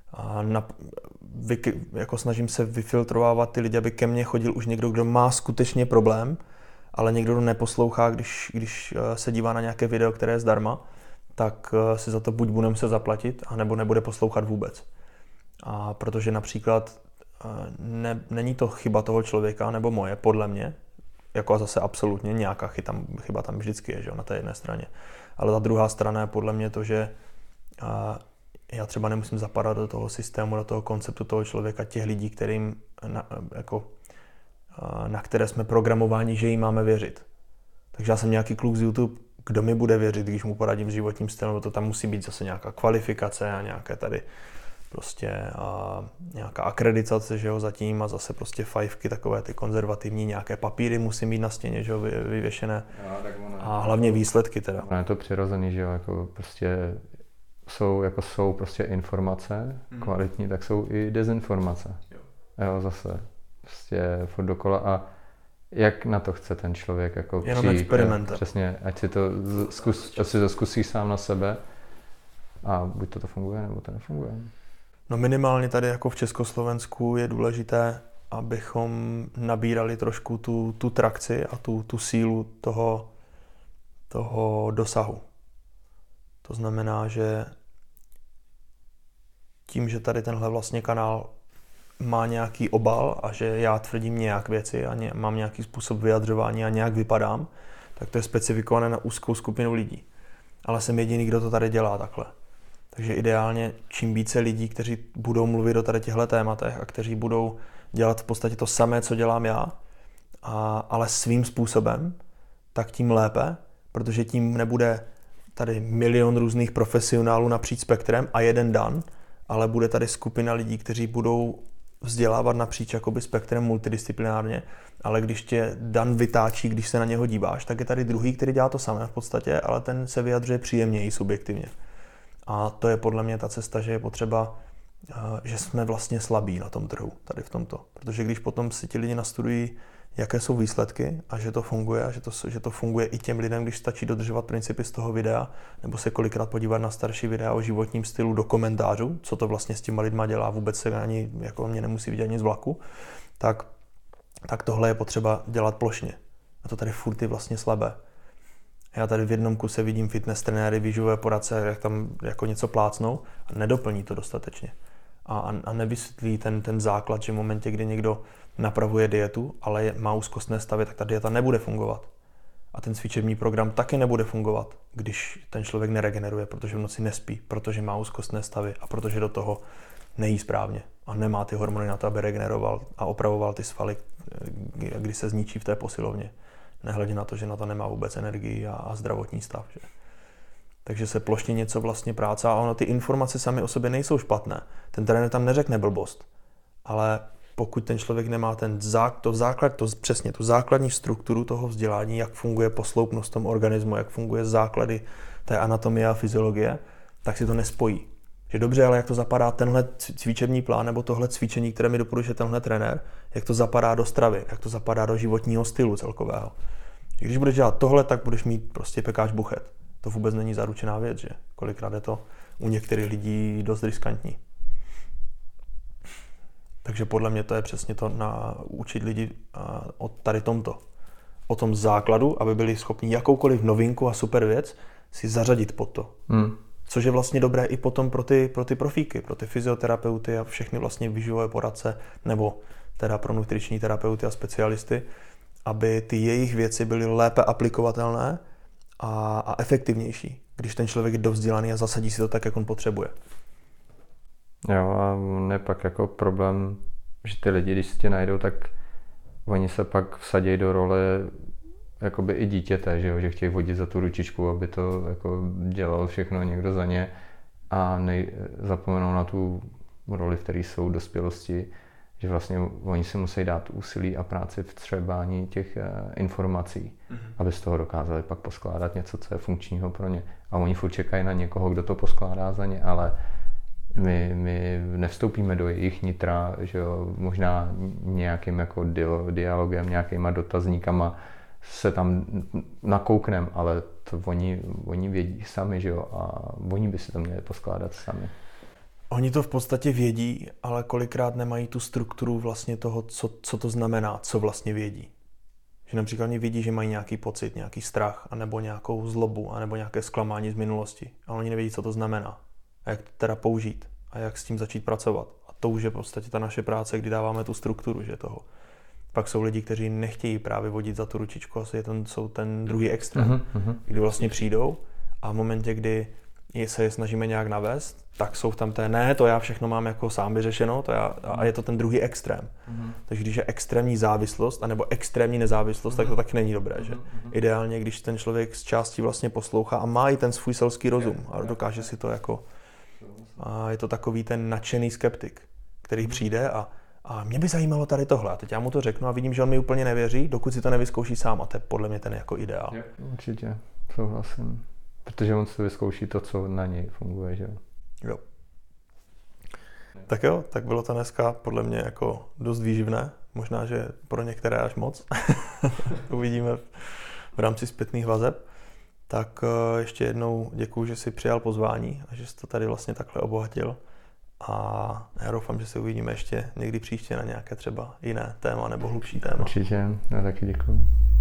jako snažím se vyfiltrovávat ty lidi, aby ke mně chodil už někdo, kdo má skutečně problém, ale někdo, kdo neposlouchá, když se dívá na nějaké video, které je zdarma, tak si za to buď bude muset zaplatit, anebo nebude poslouchat vůbec. A protože například není to chyba toho člověka nebo moje, podle mě, jako zase absolutně nějaká chyba tam vždycky je, že jo, na té jedné straně. Ale ta druhá strana je podle mě to, že já třeba nemusím zapadat do toho systému, do toho konceptu toho člověka, těch lidí, na které jsme programováni, že jim máme věřit. Takže já jsem nějaký kluk z YouTube, kdo mi bude věřit, když mu poradím s životním stylem, to tam musí být zase nějaká kvalifikace a nějaké tady prostě nějaká akreditace, že jo, zatím a zase prostě fajfky, takové ty konzervativní, nějaké papíry musí mít na stěně, že jo, vyvěšené a hlavně výsledky teda. No je to přirozený, že jo, jako prostě jsou prostě informace kvalitní, tak jsou i dezinformace. Jo, zase prostě furt dokola a jak na to chce ten člověk jako jenom experimentem. Přesně, ať si to zkusí sám na sebe a buď to funguje, nebo to nefunguje. No minimálně tady jako v Československu je důležité, abychom nabírali trošku tu trakci a tu sílu toho dosahu. To znamená, že tím, že tady tenhle vlastně kanál má nějaký obal a že já tvrdím nějak věci a mám nějaký způsob vyjadřování a nějak vypadám, tak to je specifikované na úzkou skupinu lidí. Ale jsem jediný, kdo to tady dělá takhle. Takže ideálně čím více lidí, kteří budou mluvit o tady těchto tématech a kteří budou dělat v podstatě to samé, co dělám já, ale svým způsobem, tak tím lépe, protože tím nebude tady milion různých profesionálů napříč spektrem a jeden Dan, ale bude tady skupina lidí, kteří budou vzdělávat napříč jakoby spektrem multidisciplinárně, ale když tě Dan vytáčí, když se na něho díváš, tak je tady druhý, který dělá to samé v podstatě, ale ten se vyjadřuje příjemněji subjektivně. A to je podle mě ta cesta, že je potřeba, že jsme vlastně slabí na tom trhu, tady v tomto. Protože když potom si ti lidi nastudují, jaké jsou výsledky a že to funguje a že to funguje i těm lidem, když stačí dodržovat principy z toho videa, nebo se kolikrát podívat na starší videa o životním stylu do komentářů, co to vlastně s těma lidma dělá, vůbec se ani, jako mě nemusí vidět ani z vlaku, tak tohle je potřeba dělat plošně. A to tady furt je vlastně slabé. Já tady v jednom kuse vidím fitness trenéry, výživové poradce, jak tam jako něco plácnou a nedoplní to dostatečně. A nevysvětlí ten základ, že v momentě, kdy někdo napravuje dietu, ale má úzkostné stavy, tak ta dieta nebude fungovat. A ten cvičební program taky nebude fungovat, když ten člověk neregeneruje, protože v noci nespí, protože má úzkostné stavy a protože do toho nejí správně a nemá ty hormony na to, aby regeneroval a opravoval ty svaly, kdy se zničí v té posilovně. Nehledě na to, že na to nemá vůbec energii a zdravotní stav. Že? Takže se plošně něco vlastně práce a ono ty informace sami o sobě nejsou špatné. Ten trenér tam neřekne blbost, ale pokud ten člověk nemá přesně tu základní strukturu toho vzdělání, jak funguje posloupnost v tom organismu, jak funguje základy té anatomie a fyziologie, tak si to nespojí. Že dobře, ale jak to zapadá tenhle cvičební plán nebo tohle cvičení, které mi doporučuje tenhle trenér, jak to zapadá do stravy, jak to zapadá do životního stylu celkového. Když budeš dělat tohle, tak budeš mít prostě pekáč buchet. To vůbec není zaručená věc, že? Kolikrát je to u některých lidí dost riskantní. Takže podle mě to je přesně to učit lidi o tady tomto. O tom základu, aby byli schopni jakoukoliv novinku a super věc si zařadit pod to. Což je vlastně dobré i potom pro ty profíky, pro ty fyzioterapeuty a všechny vlastně výživové poradce nebo teda pro nutriční terapeuty a specialisty, aby ty jejich věci byly lépe aplikovatelné a efektivnější, když ten člověk je dovzdělaný a zasadí si to tak, jak on potřebuje. Jo, a je pak jako problém, že ty lidi, když si tě najdou, tak oni se pak vsadějí do role jakoby i dítěte, že chtějí vodit za tu ručičku, aby to jako dělal všechno někdo za ně a zapomenou na tu roli, v které jsou dospělosti, že vlastně oni si musí dát úsilí a práci v třebání těch informací, aby z toho dokázali pak poskládat něco, co je funkčního pro ně. A oni furt čekají na někoho, kdo to poskládá za ně, ale my nevstoupíme do jejich nitra, že jo, možná nějakým jako dialogem, nějakýma dotazníkama se tam nakouknem, ale to oni vědí sami, že jo, a oni by si to měli poskládat sami. Oni to v podstatě vědí, ale kolikrát nemají tu strukturu vlastně toho, co to znamená, co vlastně vědí. Že například oni vidí, že mají nějaký pocit, nějaký strach, anebo nějakou zlobu, anebo nějaké zklamání z minulosti, ale oni nevědí, co to znamená a jak to teda použít a jak s tím začít pracovat. A to už je v podstatě ta naše práce, kdy dáváme tu strukturu, že toho. Pak jsou lidi, kteří nechtějí právě vodit za tu ručičku, asi jsou ten druhý extrém, kdy vlastně přijdou a v momentě, kdy se je snažíme nějak navést, tak jsou tam ne, to já všechno mám jako sám vyřešeno, a je to ten druhý extrém. Takže když je extrémní závislost, anebo extrémní nezávislost, tak to taky není dobré, že? Ideálně, když ten člověk z části vlastně poslouchá a má i ten svůj selský rozum a dokáže si to jako... A je to takový ten nadšený skeptik, který přijde a mě by zajímalo tady tohle. A teď já mu to řeknu a vidím, že on mi úplně nevěří, dokud si to nevyzkouší sám. A to je podle mě ten jako ideál. Určitě, souhlasím. Protože on si vyzkouší to, co na něj funguje, že jo. Tak jo, tak bylo to dneska podle mě jako dost výživné. Možná, že pro některé až moc. Uvidíme v rámci zpětných vazeb. Tak ještě jednou děkuju, že jsi přijal pozvání a že jsi to tady vlastně takhle obohatil. A já doufám, že se uvidíme ještě někdy příště na nějaké třeba jiné téma nebo hlubší téma. Určitě, já taky děkuju.